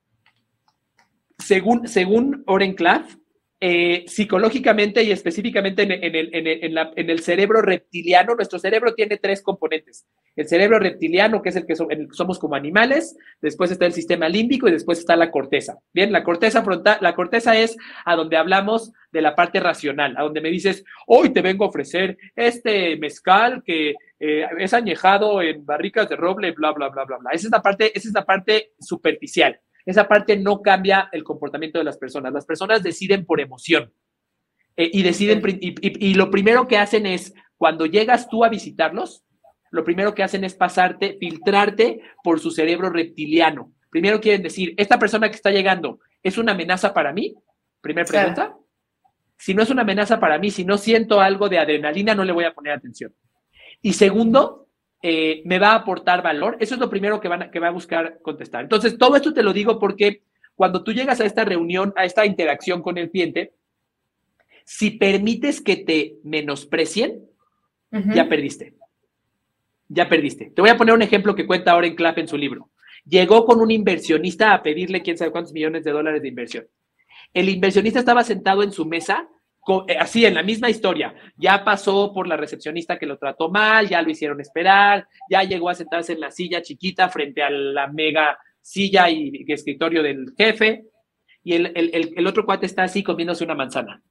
según, según Oren Klaff, eh, psicológicamente y específicamente en, en, el, en, el, en, la, en el cerebro reptiliano, nuestro cerebro tiene tres componentes. El cerebro reptiliano, que es el que, so, el que somos como animales, después está el sistema límbico y después está la corteza. Bien, la corteza frontal, la corteza es a donde hablamos de la parte racional, a donde me dices, hoy te vengo a ofrecer este mezcal que eh, es añejado en barricas de roble, bla, bla, bla, bla, bla. Esa es la parte, esa es la parte superficial. Esa parte no cambia el comportamiento de las personas. Las personas deciden por emoción. Eh, y deciden, Sí. y, y, y lo primero que hacen es, cuando llegas tú a visitarlos, lo primero que hacen es pasarte, filtrarte por su cerebro reptiliano. Primero quieren decir, esta persona que está llegando, ¿es una amenaza para mí? Primera pregunta. Claro. Si no es una amenaza para mí, si no siento algo de adrenalina, no le voy a poner atención. Y segundo, eh, me va a aportar valor. Eso es lo primero que, van a, que va a buscar contestar. Entonces, todo esto te lo digo porque cuando tú llegas a esta reunión, a esta interacción con el cliente, si permites que te menosprecien, uh-huh. ya perdiste. Ya perdiste. Te voy a poner un ejemplo que cuenta Oren Klaff en su libro. Llegó con un inversionista a pedirle quién sabe cuántos millones de dólares de inversión. El inversionista estaba sentado en su mesa, así en la misma historia. Ya pasó por la recepcionista que lo trató mal, ya lo hicieron esperar, ya llegó a sentarse en la silla chiquita frente a la mega silla y escritorio del jefe, y el, el, el, el otro cuate está así comiéndose una manzana.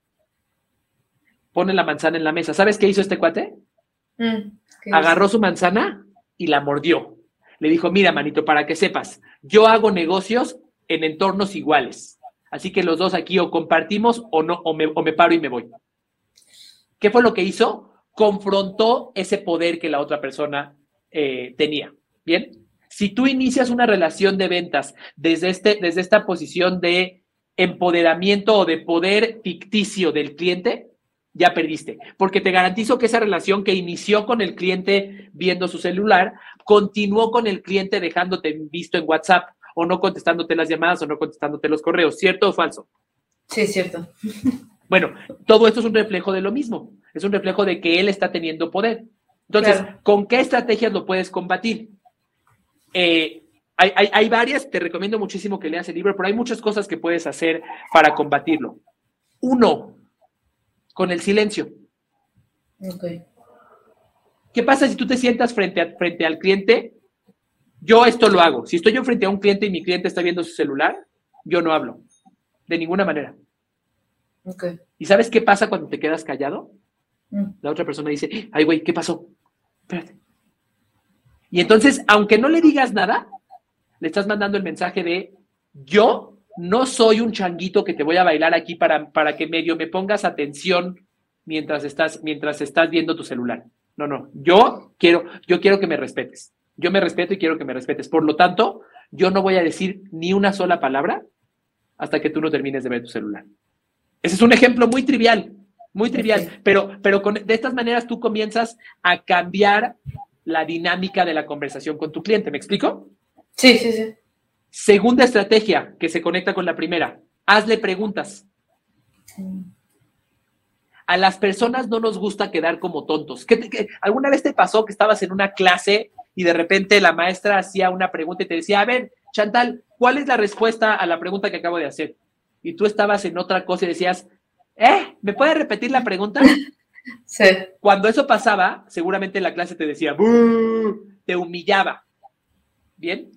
Pone la manzana en la mesa. ¿Sabes qué hizo este cuate? Mm, Agarró su manzana y la mordió. Le dijo, mira, manito, para que sepas, yo hago negocios en entornos iguales. Así que los dos aquí o compartimos o no, o me, o me paro y me voy. ¿Qué fue lo que hizo? Confrontó ese poder que la otra persona eh, tenía. ¿Bien? Si tú inicias una relación de ventas desde, este, desde esta posición de empoderamiento o de poder ficticio del cliente, ya perdiste. Porque te garantizo que esa relación que inició con el cliente viendo su celular, continuó con el cliente dejándote visto en WhatsApp, o no contestándote las llamadas, o no contestándote los correos. ¿Cierto o falso? Sí, cierto. Bueno, todo esto es un reflejo de lo mismo. Es un reflejo de que él está teniendo poder. Entonces, claro. ¿con qué estrategias lo puedes combatir? Eh, hay, hay, hay varias, te recomiendo muchísimo que leas el libro, pero hay muchas cosas que puedes hacer para combatirlo. Uno, con el silencio. Okay. ¿Qué pasa si tú te sientas frente, a, frente al cliente? Yo esto lo hago. Si estoy yo frente a un cliente y mi cliente está viendo su celular, yo no hablo. De ninguna manera. Okay. ¿Y sabes qué pasa cuando te quedas callado? Mm. La otra persona dice, ay, güey, ¿qué pasó? Espérate. Y entonces, aunque no le digas nada, le estás mandando el mensaje de, yo no soy un changuito que te voy a bailar aquí para, para que medio me pongas atención mientras estás, mientras estás viendo tu celular. No, no, yo quiero, yo quiero que me respetes. Yo me respeto y quiero que me respetes. Por lo tanto, yo no voy a decir ni una sola palabra hasta que tú no termines de ver tu celular. Ese es un ejemplo muy trivial, muy trivial, okay. pero, pero con, de estas maneras tú comienzas a cambiar la dinámica de la conversación con tu cliente. ¿Me explico? Sí, sí, sí. Segunda estrategia que se conecta con la primera, hazle preguntas. Mm. A las personas no nos gusta quedar como tontos. ¿Qué te, qué, ¿Alguna vez te pasó que estabas en una clase y de repente la maestra hacía una pregunta y te decía, a ver, Chantal, ¿cuál es la respuesta a la pregunta que acabo de hacer? Y tú estabas en otra cosa y decías, ¿eh? ¿Me puedes repetir la pregunta? Sí. Cuando eso pasaba, seguramente la clase te decía, ¡buh! Te humillaba. ¿Bien?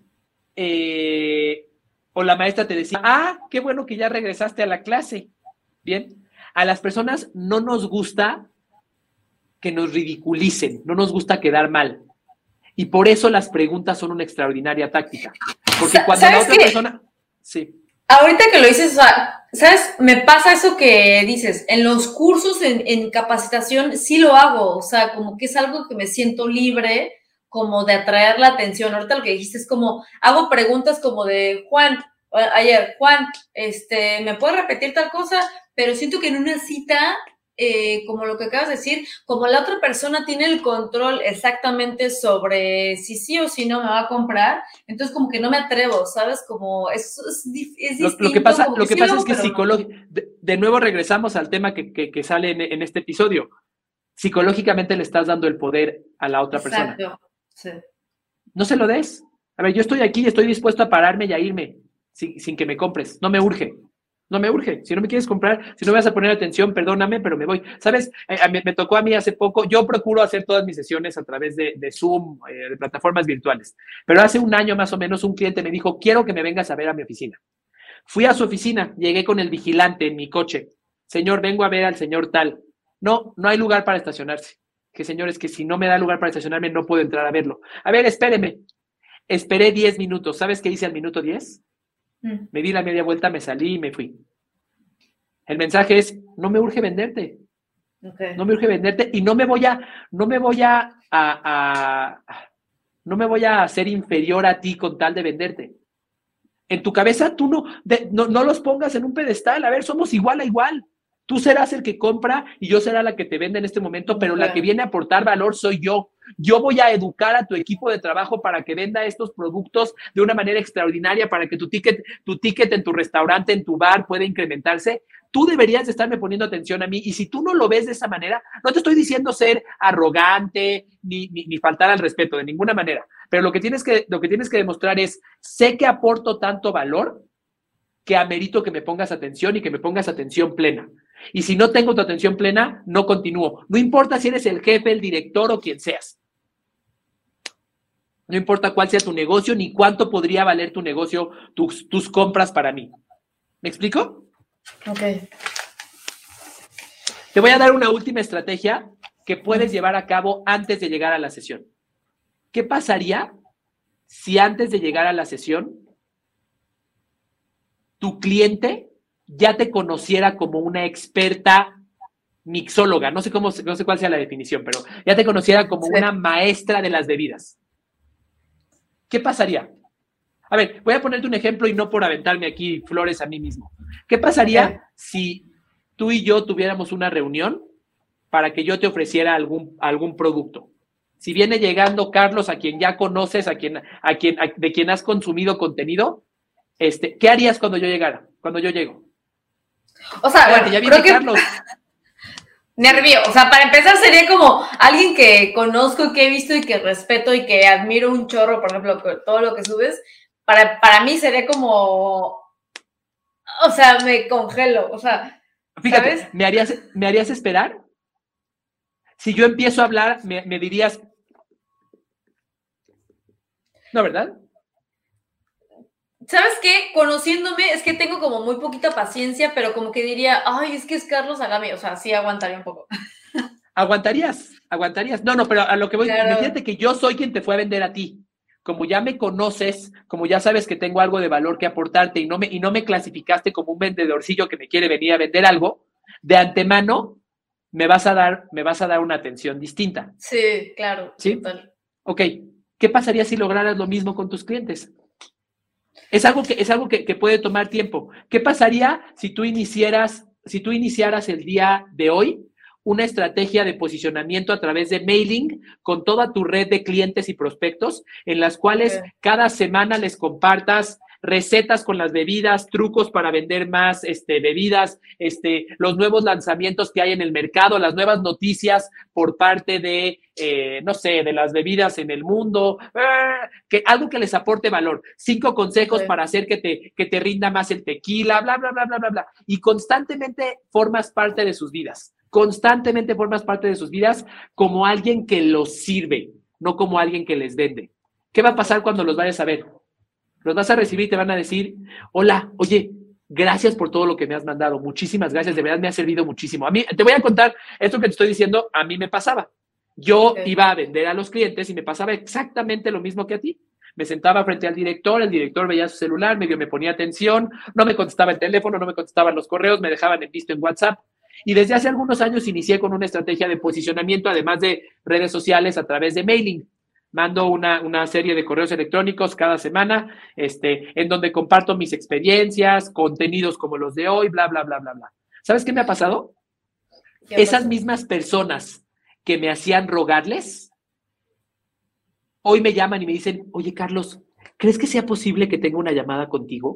Eh, o la maestra te decía, ah, qué bueno que ya regresaste a la clase. ¿Bien? A las personas no nos gusta que nos ridiculicen, no nos gusta quedar mal. Y por eso las preguntas son una extraordinaria táctica. Porque cuando la otra qué? persona... Sí. Ahorita que lo dices, o sea, ¿sabes? Me pasa eso que dices, en los cursos, en, en capacitación, sí lo hago, o sea, como que es algo que me siento libre, como de atraer la atención. Ahorita lo que dijiste es como, hago preguntas como de, Juan, ayer, Juan, este, ¿me puedes repetir tal cosa? Pero siento que en una cita, eh, como lo que acabas de decir, como la otra persona tiene el control exactamente sobre si sí o si no me va a comprar, entonces como que no me atrevo, ¿sabes? Como es, es, es distinto. Lo, lo que pasa, como lo que sí pasa lo es que hago, pero psicológico, de, de nuevo regresamos al tema que, que, que sale en, en este episodio. Psicológicamente le estás dando el poder a la otra persona. Exacto, sí. No se lo des. A ver, yo estoy aquí y estoy dispuesto a pararme y a irme sin, sin que me compres. No me urge. No me urge. Si no me quieres comprar, si no me vas a poner atención, perdóname, pero me voy. ¿Sabes? Eh, me, me tocó a mí hace poco. Yo procuro hacer todas mis sesiones a través de, de Zoom, eh, de plataformas virtuales. Pero hace un año más o menos un cliente me dijo, quiero que me vengas a ver a mi oficina. Fui a su oficina, llegué con el vigilante en mi coche. Señor, vengo a ver al señor tal. No, no hay lugar para estacionarse. Que señor, es que si no me da lugar para estacionarme, no puedo entrar a verlo. A ver, espéreme. Esperé diez minutos. ¿Sabes qué hice al minuto diez? Mm. Me di la media vuelta, me salí y me fui. El mensaje es, no me urge venderte. Okay. No me urge venderte y no me voy a, no me voy a, a, a, no me voy a hacer inferior a ti con tal de venderte. En tu cabeza tú no, de, no, no los pongas en un pedestal. A ver, somos igual a igual. Tú serás el que compra y yo será la que te vende en este momento, pero okay. La que viene a aportar valor soy yo. Yo voy a educar a tu equipo de trabajo para que venda estos productos de una manera extraordinaria, para que tu ticket, tu ticket en tu restaurante, en tu bar pueda incrementarse. Tú deberías de estarme poniendo atención a mí, y si tú no lo ves de esa manera, no te estoy diciendo ser arrogante ni, ni, ni faltar al respeto de ninguna manera, pero lo que tienes que, lo que tienes que demostrar es, sé que aporto tanto valor que amerito que me pongas atención y que me pongas atención plena. Y si no tengo tu atención plena, no continúo. No importa si eres el jefe, el director o quien seas. No importa cuál sea tu negocio ni cuánto podría valer tu negocio, tus, tus compras para mí. ¿Me explico? Ok. Te voy a dar una última estrategia que puedes llevar a cabo antes de llegar a la sesión. ¿Qué pasaría si antes de llegar a la sesión tu cliente ya te conociera como una experta mixóloga? No sé cómo, no sé cuál sea la definición, pero ya te conociera como sí. Una maestra de las bebidas. ¿Qué pasaría? A ver, voy a ponerte un ejemplo y no por aventarme aquí flores a mí mismo. ¿Qué pasaría okay. si tú y yo tuviéramos una reunión para que yo te ofreciera algún, algún producto? Si viene llegando Carlos, a quien ya conoces, a quien, a quien, a, de quien has consumido contenido, este, ¿qué harías cuando yo llegara? Cuando yo llego. O sea, Espérate, bueno, ya viene Carlos. Que... Nervio. O sea, para empezar sería como alguien que conozco, que he visto y que respeto y que admiro un chorro, por ejemplo, todo lo que subes. Para, para mí sería como, o sea, me congelo, o sea, Fíjate, ¿sabes? ¿me harías, ¿me harías esperar? Si yo empiezo a hablar, me, me dirías, ¿no, verdad? ¿Sabes qué? Conociéndome, es que tengo como muy poquita paciencia, pero como que diría, ay, es que es Carlos Agami, o sea, sí aguantaría un poco. Aguantarías, aguantarías. No, no, pero a lo que voy, claro. Imagínate que yo soy quien te fue a vender a ti. Como ya me conoces, como ya sabes que tengo algo de valor que aportarte y no me, y no me clasificaste como un vendedorcillo que me quiere venir a vender algo, de antemano me vas a dar, me vas a dar una atención distinta. Sí, claro. ¿Sí? Total. Ok. ¿Qué pasaría si lograras lo mismo con tus clientes? Es algo que, es algo que, que puede tomar tiempo. ¿Qué pasaría si tú iniciaras, si tú iniciaras el día de hoy una estrategia de posicionamiento a través de mailing con toda tu red de clientes y prospectos, en las cuales okay. cada semana les compartas recetas con las bebidas, trucos para vender más este, bebidas, este, los nuevos lanzamientos que hay en el mercado, las nuevas noticias por parte de, eh, no sé, de las bebidas en el mundo, eh, que, algo que les aporte valor. Cinco consejos Sí. para hacer que te, que te rinda más el tequila, bla, bla, bla, bla, bla, bla. Y constantemente formas parte de sus vidas. Constantemente formas parte de sus vidas como alguien que los sirve, no como alguien que les vende. ¿Qué va a pasar cuando los vayas a ver? Los vas a recibir y te van a decir, hola, oye, gracias por todo lo que me has mandado, muchísimas gracias, de verdad me ha servido muchísimo. A mí, te voy a contar, esto que te estoy diciendo, a mí me pasaba. Yo Okay. iba a vender a los clientes y me pasaba exactamente lo mismo que a ti. Me sentaba frente al director, el director veía su celular, medio me ponía atención, no me contestaba el teléfono, no me contestaban los correos, me dejaban en visto en WhatsApp. Y desde hace algunos años inicié con una estrategia de posicionamiento, además de redes sociales, a través de mailing. Mando una, una serie de correos electrónicos cada semana, este, en donde comparto mis experiencias, contenidos como los de hoy, bla, bla, bla, bla, bla. ¿Sabes qué me ha pasado? ¿Qué Esas pasó? mismas personas que me hacían rogarles, hoy me llaman y me dicen, oye, Carlos, ¿crees que sea posible que tenga una llamada contigo?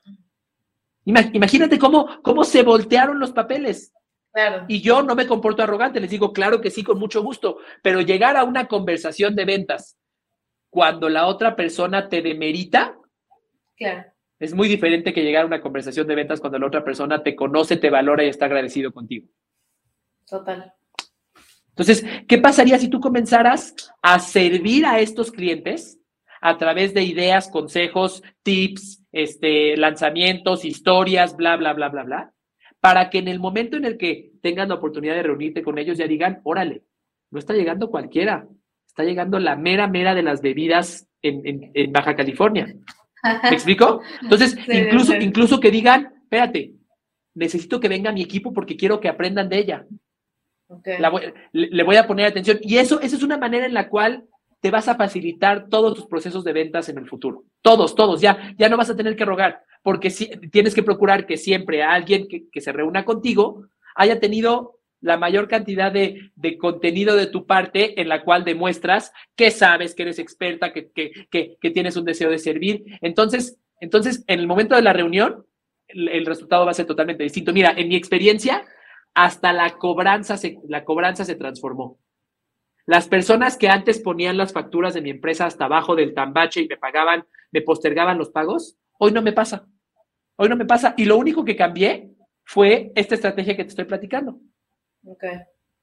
Ima- Imagínate cómo, cómo se voltearon los papeles. Claro. Y yo no me comporto arrogante, les digo, claro que sí, con mucho gusto, pero llegar a una conversación de ventas cuando la otra persona te demerita, Claro. es muy diferente que llegar a una conversación de ventas cuando la otra persona te conoce, te valora y está agradecido contigo. Total. Entonces, ¿qué pasaría si tú comenzaras a servir a estos clientes a través de ideas, consejos, tips, este, lanzamientos, historias, bla, bla, bla, bla, bla? Para que en el momento en el que tengan la oportunidad de reunirte con ellos ya digan, órale, no está llegando cualquiera, está llegando la mera mera de las bebidas en, en, en Baja California. ¿Me explico? Entonces, Sí, incluso, sí. incluso que digan, espérate, necesito que venga mi equipo porque quiero que aprendan de ella. Okay. La voy, le, le voy a poner atención. Y eso, esa es una manera en la cual te vas a facilitar todos tus procesos de ventas en el futuro. Todos, todos. Ya, ya no vas a tener que rogar, porque si, tienes que procurar que siempre alguien que, que se reúna contigo haya tenido la mayor cantidad de, de contenido de tu parte en la cual demuestras que sabes, que eres experta, que, que, que, que tienes un deseo de servir. Entonces, entonces, en el momento de la reunión, el, el resultado va a ser totalmente distinto. Mira, en mi experiencia, hasta la cobranza se, la cobranza se transformó. Las personas que antes ponían las facturas de mi empresa hasta abajo del tambache y me pagaban, me postergaban los pagos, hoy no me pasa. Hoy no me pasa. Y lo único que cambié fue esta estrategia que te estoy platicando. Okay.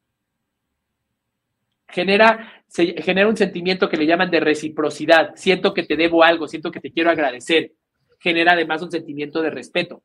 Genera, se, genera un sentimiento que le llaman de reciprocidad. Siento que te debo algo, siento que te quiero agradecer. Genera además un sentimiento de respeto.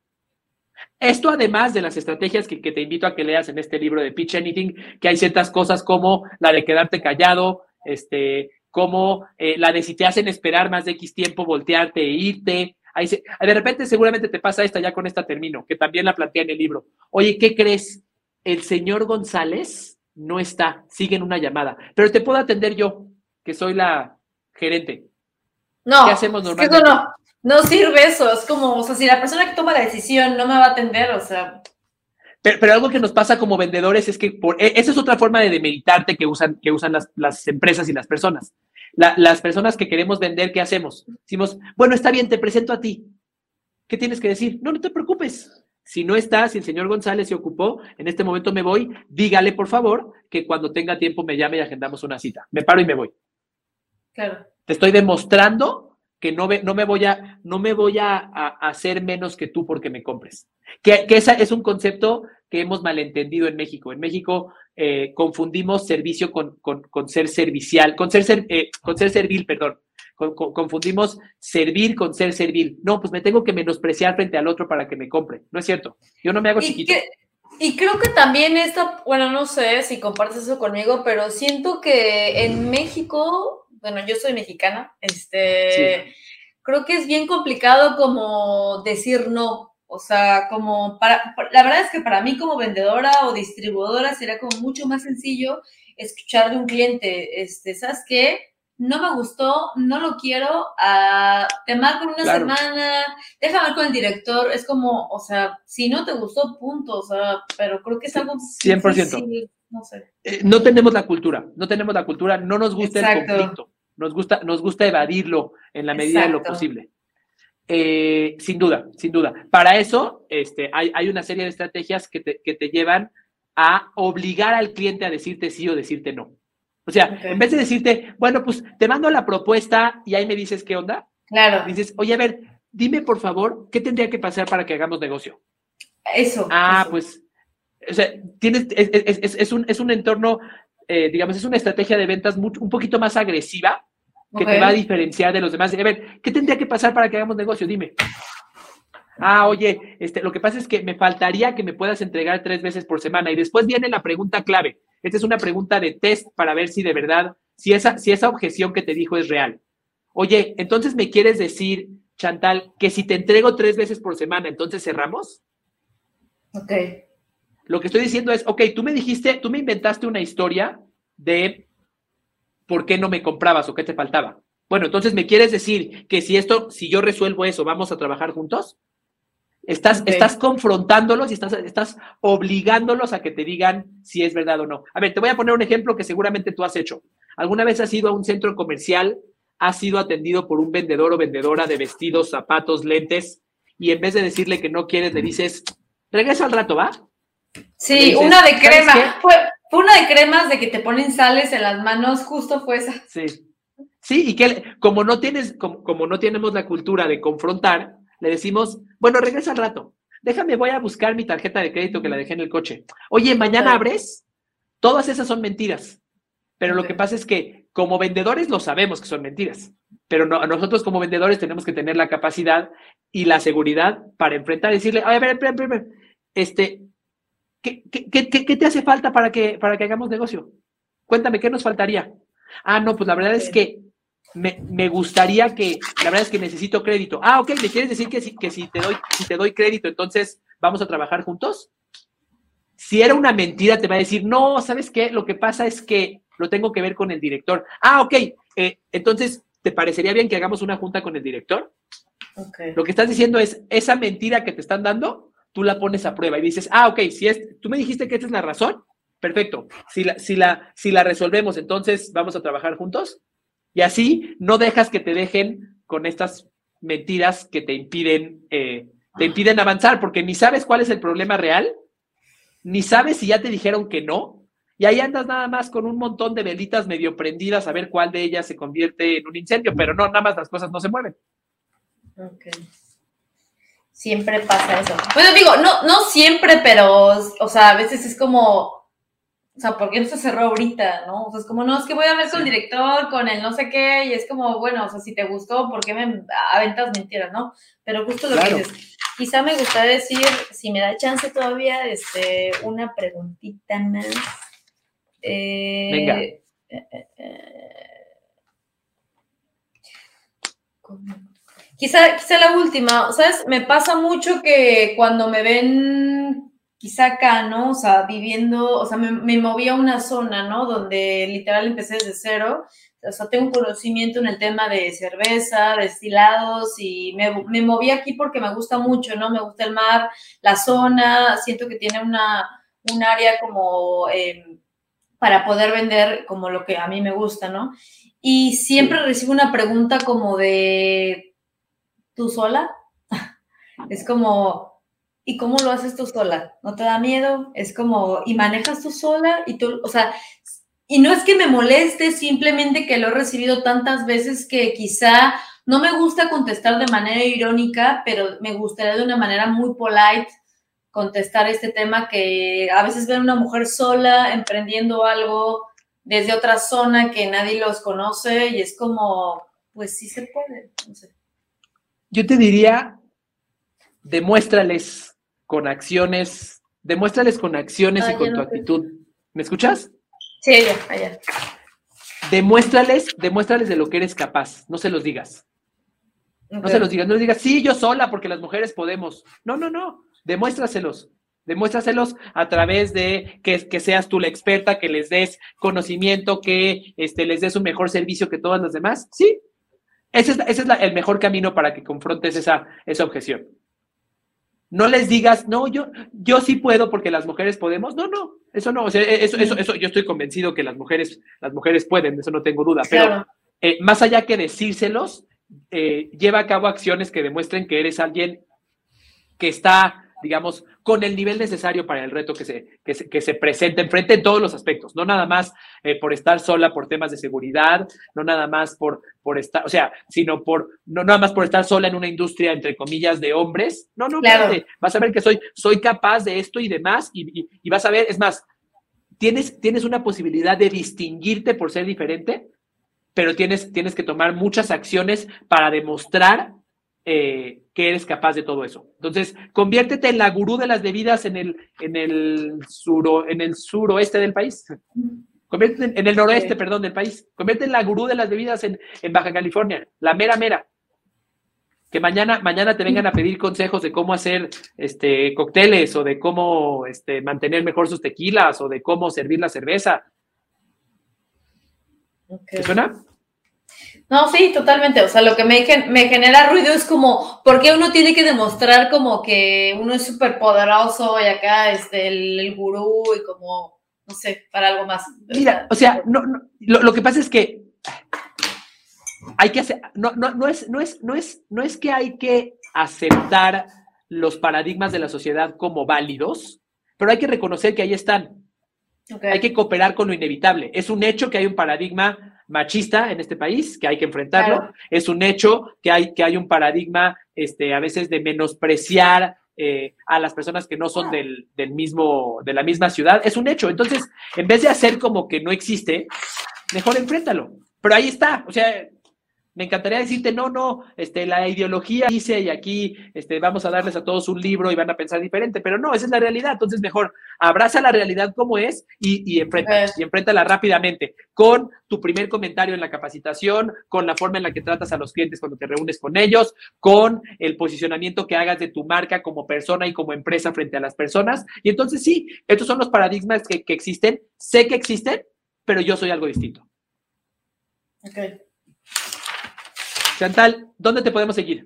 Esto además de las estrategias que, que te invito a que leas en este libro de Pitch Anything, que hay ciertas cosas como la de quedarte callado, este, como eh, la de si te hacen esperar más de X tiempo, voltearte e irte. Ahí se, de repente seguramente te pasa esta, ya con esta termino, que también la plantea en el libro. Oye, ¿qué crees? El señor González no está, sigue en una llamada, pero te puedo atender yo, que soy la gerente. No, ¿Qué hacemos es que normalmente? eso no, no sirve eso, es como, o sea, si la persona que toma la decisión no me va a atender, o sea... Pero, pero algo que nos pasa como vendedores es que, por, esa es otra forma de demeritarte que usan, que usan las, las empresas y las personas. La, las personas que queremos vender, ¿qué hacemos? Decimos, bueno, está bien, te presento a ti. ¿Qué tienes que decir? No, no te preocupes. Si no está, si el señor González se ocupó, en este momento me voy, dígale, por favor, que cuando tenga tiempo me llame y agendamos una cita. Me paro y me voy. Claro. Te estoy demostrando que no, ve, no me voy, a, no me voy a, a, a hacer menos que tú porque me compres. Que, que ese es un concepto que hemos malentendido en México. En México eh, confundimos servicio con, con, con ser servicial, con ser, ser, eh, con ser servil, perdón. Con, con, confundimos servir con ser servil. No, pues me tengo que menospreciar frente al otro para que me compre. No es cierto. Yo no me hago y chiquito. Que, y creo que también esta, bueno, no sé si compartes eso conmigo, pero siento que en México, bueno, yo soy mexicana, este, sí. Creo que es bien complicado como decir no. O sea, como para, la verdad es que para mí como vendedora o distribuidora sería como mucho más sencillo escuchar de un cliente, este, ¿sabes qué? No me gustó, no lo quiero, uh, te marco en una claro. semana, déjame ver con el director, es como, o sea, si no te gustó, punto, o sea, pero creo que es algo cien por ciento. difícil, no sé. Eh, no tenemos la cultura, no tenemos la cultura, no nos gusta Exacto. el conflicto, nos gusta, nos gusta evadirlo en la medida Exacto. de lo posible. Eh, sin duda, sin duda. Para eso este, hay, hay una serie de estrategias que te, que te llevan a obligar al cliente a decirte sí o decirte no. O sea, okay. En vez de decirte, bueno, pues te mando la propuesta y ahí me dices qué onda. Claro. Dices, oye, a ver, dime por favor, ¿qué tendría que pasar para que hagamos negocio? Eso. Ah, eso. pues, o sea, tienes, es, es, es, es, un, es un entorno, eh, digamos, es una estrategia de ventas muy, un poquito más agresiva que okay. te va a diferenciar de los demás. A ver, ¿qué tendría que pasar para que hagamos negocio? Dime. Ah, oye, este, lo que pasa es que me faltaría que me puedas entregar tres veces por semana. Y después viene la pregunta clave. Esta es una pregunta de test para ver si de verdad, si esa, si esa objeción que te dijo es real. Oye, entonces me quieres decir, Chantal, que si te entrego tres veces por semana, entonces cerramos. Ok. Lo que estoy diciendo es, ok, tú me dijiste, tú me inventaste una historia de por qué no me comprabas o qué te faltaba. Bueno, entonces me quieres decir que si esto, si yo resuelvo eso, ¿vamos a trabajar juntos? Estás, okay. estás confrontándolos y estás, estás obligándolos a que te digan si es verdad o no. A ver, te voy a poner un ejemplo que seguramente tú has hecho. ¿Alguna vez has ido a un centro comercial, has sido atendido por un vendedor o vendedora de vestidos, zapatos, lentes, y en vez de decirle que no quieres, le dices, regresa al rato, ¿va? Sí, dices, una de crema. Fue, fue una de cremas de que te ponen sales en las manos, justo fue esa. Sí. Sí, y que como no tienes, como, como no tenemos la cultura de confrontar, le decimos, bueno, regresa al rato. Déjame, voy a buscar mi tarjeta de crédito que la dejé en el coche. Oye, ¿mañana abres? Todas esas son mentiras. Pero okay. Lo que pasa es que como vendedores lo sabemos que son mentiras. Pero no, nosotros como vendedores tenemos que tener la capacidad y la seguridad para enfrentar y decirle, a ver, espera, espera, espera. Este, ¿qué, qué, qué, qué te hace falta para que, para que hagamos negocio? Cuéntame, ¿qué nos faltaría? Ah, no, pues la verdad okay. es que Me, me gustaría que, la verdad es que necesito crédito. Ah, ok, ¿me quieres decir que si, que si te doy, si te doy crédito, entonces vamos a trabajar juntos? Si era una mentira, te va a decir, no, ¿sabes qué? Lo que pasa es que lo tengo que ver con el director. Ah, ok, eh, entonces, ¿te parecería bien que hagamos una junta con el director? Okay. Lo que estás diciendo es, esa mentira que te están dando, tú la pones a prueba y dices, ah, ok, si es, tú me dijiste que esta es la razón, perfecto. Si la, si la, si la resolvemos, entonces vamos a trabajar juntos. Y así no dejas que te dejen con estas mentiras que te impiden, eh, te impiden avanzar, porque ni sabes cuál es el problema real, ni sabes si ya te dijeron que no, y ahí andas nada más con un montón de velitas medio prendidas a ver cuál de ellas se convierte en un incendio, pero no, nada más las cosas no se mueven. Ok. Siempre pasa eso. Bueno, digo, no, no siempre, pero, o sea, a veces es como... O sea, ¿por qué no se cerró ahorita, no? O sea, es como, no, es que voy a ver sí. con el director, con el no sé qué, y es como, bueno, o sea, si te gustó, ¿por qué me aventas mentiras, no? Pero justo lo claro. que dices, quizá me gustaría decir, si me da chance todavía, este, una preguntita más. Eh, Venga. Eh, eh, eh, quizá, quizá la última, ¿sabes? Me pasa mucho que cuando me ven... quizá acá, ¿no? O sea, viviendo, o sea, me, me moví a una zona, ¿no? Donde literal empecé desde cero. O sea, tengo un conocimiento en el tema de cerveza, destilados, y me, me moví aquí porque me gusta mucho, ¿no? Me gusta el mar, la zona, siento que tiene una, un área como eh, para poder vender como lo que a mí me gusta, ¿no? Y siempre recibo una pregunta como de, ¿tú sola? Es como... ¿Y cómo lo haces tú sola? ¿No te da miedo? Es como, ¿y manejas tú sola? Y tú, o sea, y no es que me moleste, simplemente que lo he recibido tantas veces que quizá no me gusta contestar de manera irónica, pero me gustaría de una manera muy polite contestar este tema que a veces ven a una mujer sola emprendiendo algo desde otra zona que nadie los conoce y es como, pues sí se puede, no sé. Yo te diría, demuéstrales con acciones, demuéstrales con acciones ah, y con no tu sé. actitud. ¿Me escuchas? Sí, allá, allá. Demuéstrales, demuéstrales de lo que eres capaz, no se los digas. Okay. No se los digas, no les digas, sí, yo sola, porque las mujeres podemos. No, no, no, demuéstraselos. Demuéstraselos a través de que, que seas tú la experta, que les des conocimiento, que este, les des un mejor servicio que todas las demás. Sí, ese es, ese es la, el mejor camino para que confrontes esa, esa objeción. No les digas, no, yo, yo sí puedo porque las mujeres podemos. No, no, eso no. O sea, eso, eso, eso, yo estoy convencido que las mujeres, las mujeres pueden, de eso no tengo duda. Pero claro. eh, más allá que decírselos, eh, lleva a cabo acciones que demuestren que eres alguien que está, digamos, con el nivel necesario para el reto que se, que se, que se presenta enfrente en todos los aspectos, no nada más eh, por estar sola por temas de seguridad, no nada más por, por estar, o sea, sino por, no nada más por estar sola en una industria, entre comillas, de hombres, no, no, Claro. espérate, vas a ver que soy, soy capaz de esto y demás, y, y, y vas a ver, es más, tienes, tienes una posibilidad de distinguirte por ser diferente, pero tienes, tienes que tomar muchas acciones para demostrar Eh, que eres capaz de todo eso. Entonces, conviértete en la gurú de las bebidas en el, en el, suro, en el suroeste del país. Conviértete en, en el noroeste, Sí. perdón, del país. Conviértete en la gurú de las bebidas en, en Baja California. La mera mera. Que mañana, mañana te vengan a pedir consejos de cómo hacer este, cócteles o de cómo este, mantener mejor sus tequilas o de cómo servir la cerveza. Okay. ¿Te suena? No, sí, totalmente. O sea, lo que me, me genera ruido es como, ¿por qué uno tiene que demostrar como que uno es súper poderoso y acá este, el, el gurú y como, no sé, para algo más? Mira, o sea, no, no, lo, lo que pasa es que hay que hacer, no, no, no, es, no, es, no, es, no es que hay que aceptar los paradigmas de la sociedad como válidos, pero hay que reconocer que ahí están. Okay. Hay que cooperar con lo inevitable. Es un hecho que hay un paradigma machista en este país, que hay que enfrentarlo. Claro. Es un hecho que hay, que hay un paradigma este, a veces de menospreciar eh, a las personas que no son del, del mismo, de la misma ciudad. Es un hecho. Entonces, en vez de hacer como que no existe, mejor enfréntalo. Pero ahí está. O sea, me encantaría decirte, no, no, este, la ideología dice y aquí este, vamos a darles a todos un libro y van a pensar diferente, pero no, esa es la realidad. Entonces, mejor abraza la realidad como es y, y enfréntala, y enfréntala rápidamente con tu primer comentario en la capacitación, con la forma en la que tratas a los clientes cuando te reúnes con ellos, con el posicionamiento que hagas de tu marca como persona y como empresa frente a las personas. Y entonces, sí, estos son los paradigmas que, que existen. Sé que existen, pero yo soy algo distinto. Ok. Chantal, ¿dónde te podemos seguir?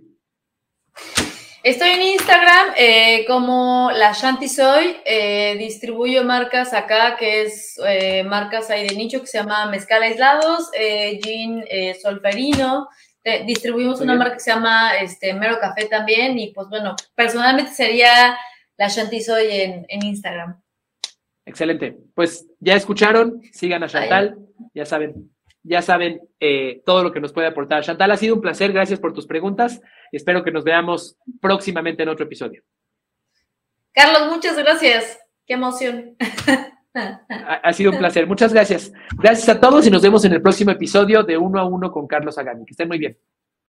Estoy en Instagram eh, como La Shanti Soy, eh, distribuyo marcas acá, que es eh, marcas ahí de nicho que se llama Mezcal Aislados, eh, Gin eh, Solferino, eh, distribuimos Muy una bien. marca que se llama este, Mero Café también, y pues bueno, personalmente sería La Shanti Soy en, en Instagram. Excelente. Pues ya escucharon, sigan a Chantal, ya saben. Ya saben eh, todo lo que nos puede aportar. Chantal, ha sido un placer. Gracias por tus preguntas. Espero que nos veamos próximamente en otro episodio. Carlos, muchas gracias. Qué emoción. Ha, ha sido un placer. Muchas gracias. Gracias a todos y nos vemos en el próximo episodio de Uno a Uno con Carlos Agami. Que estén muy bien.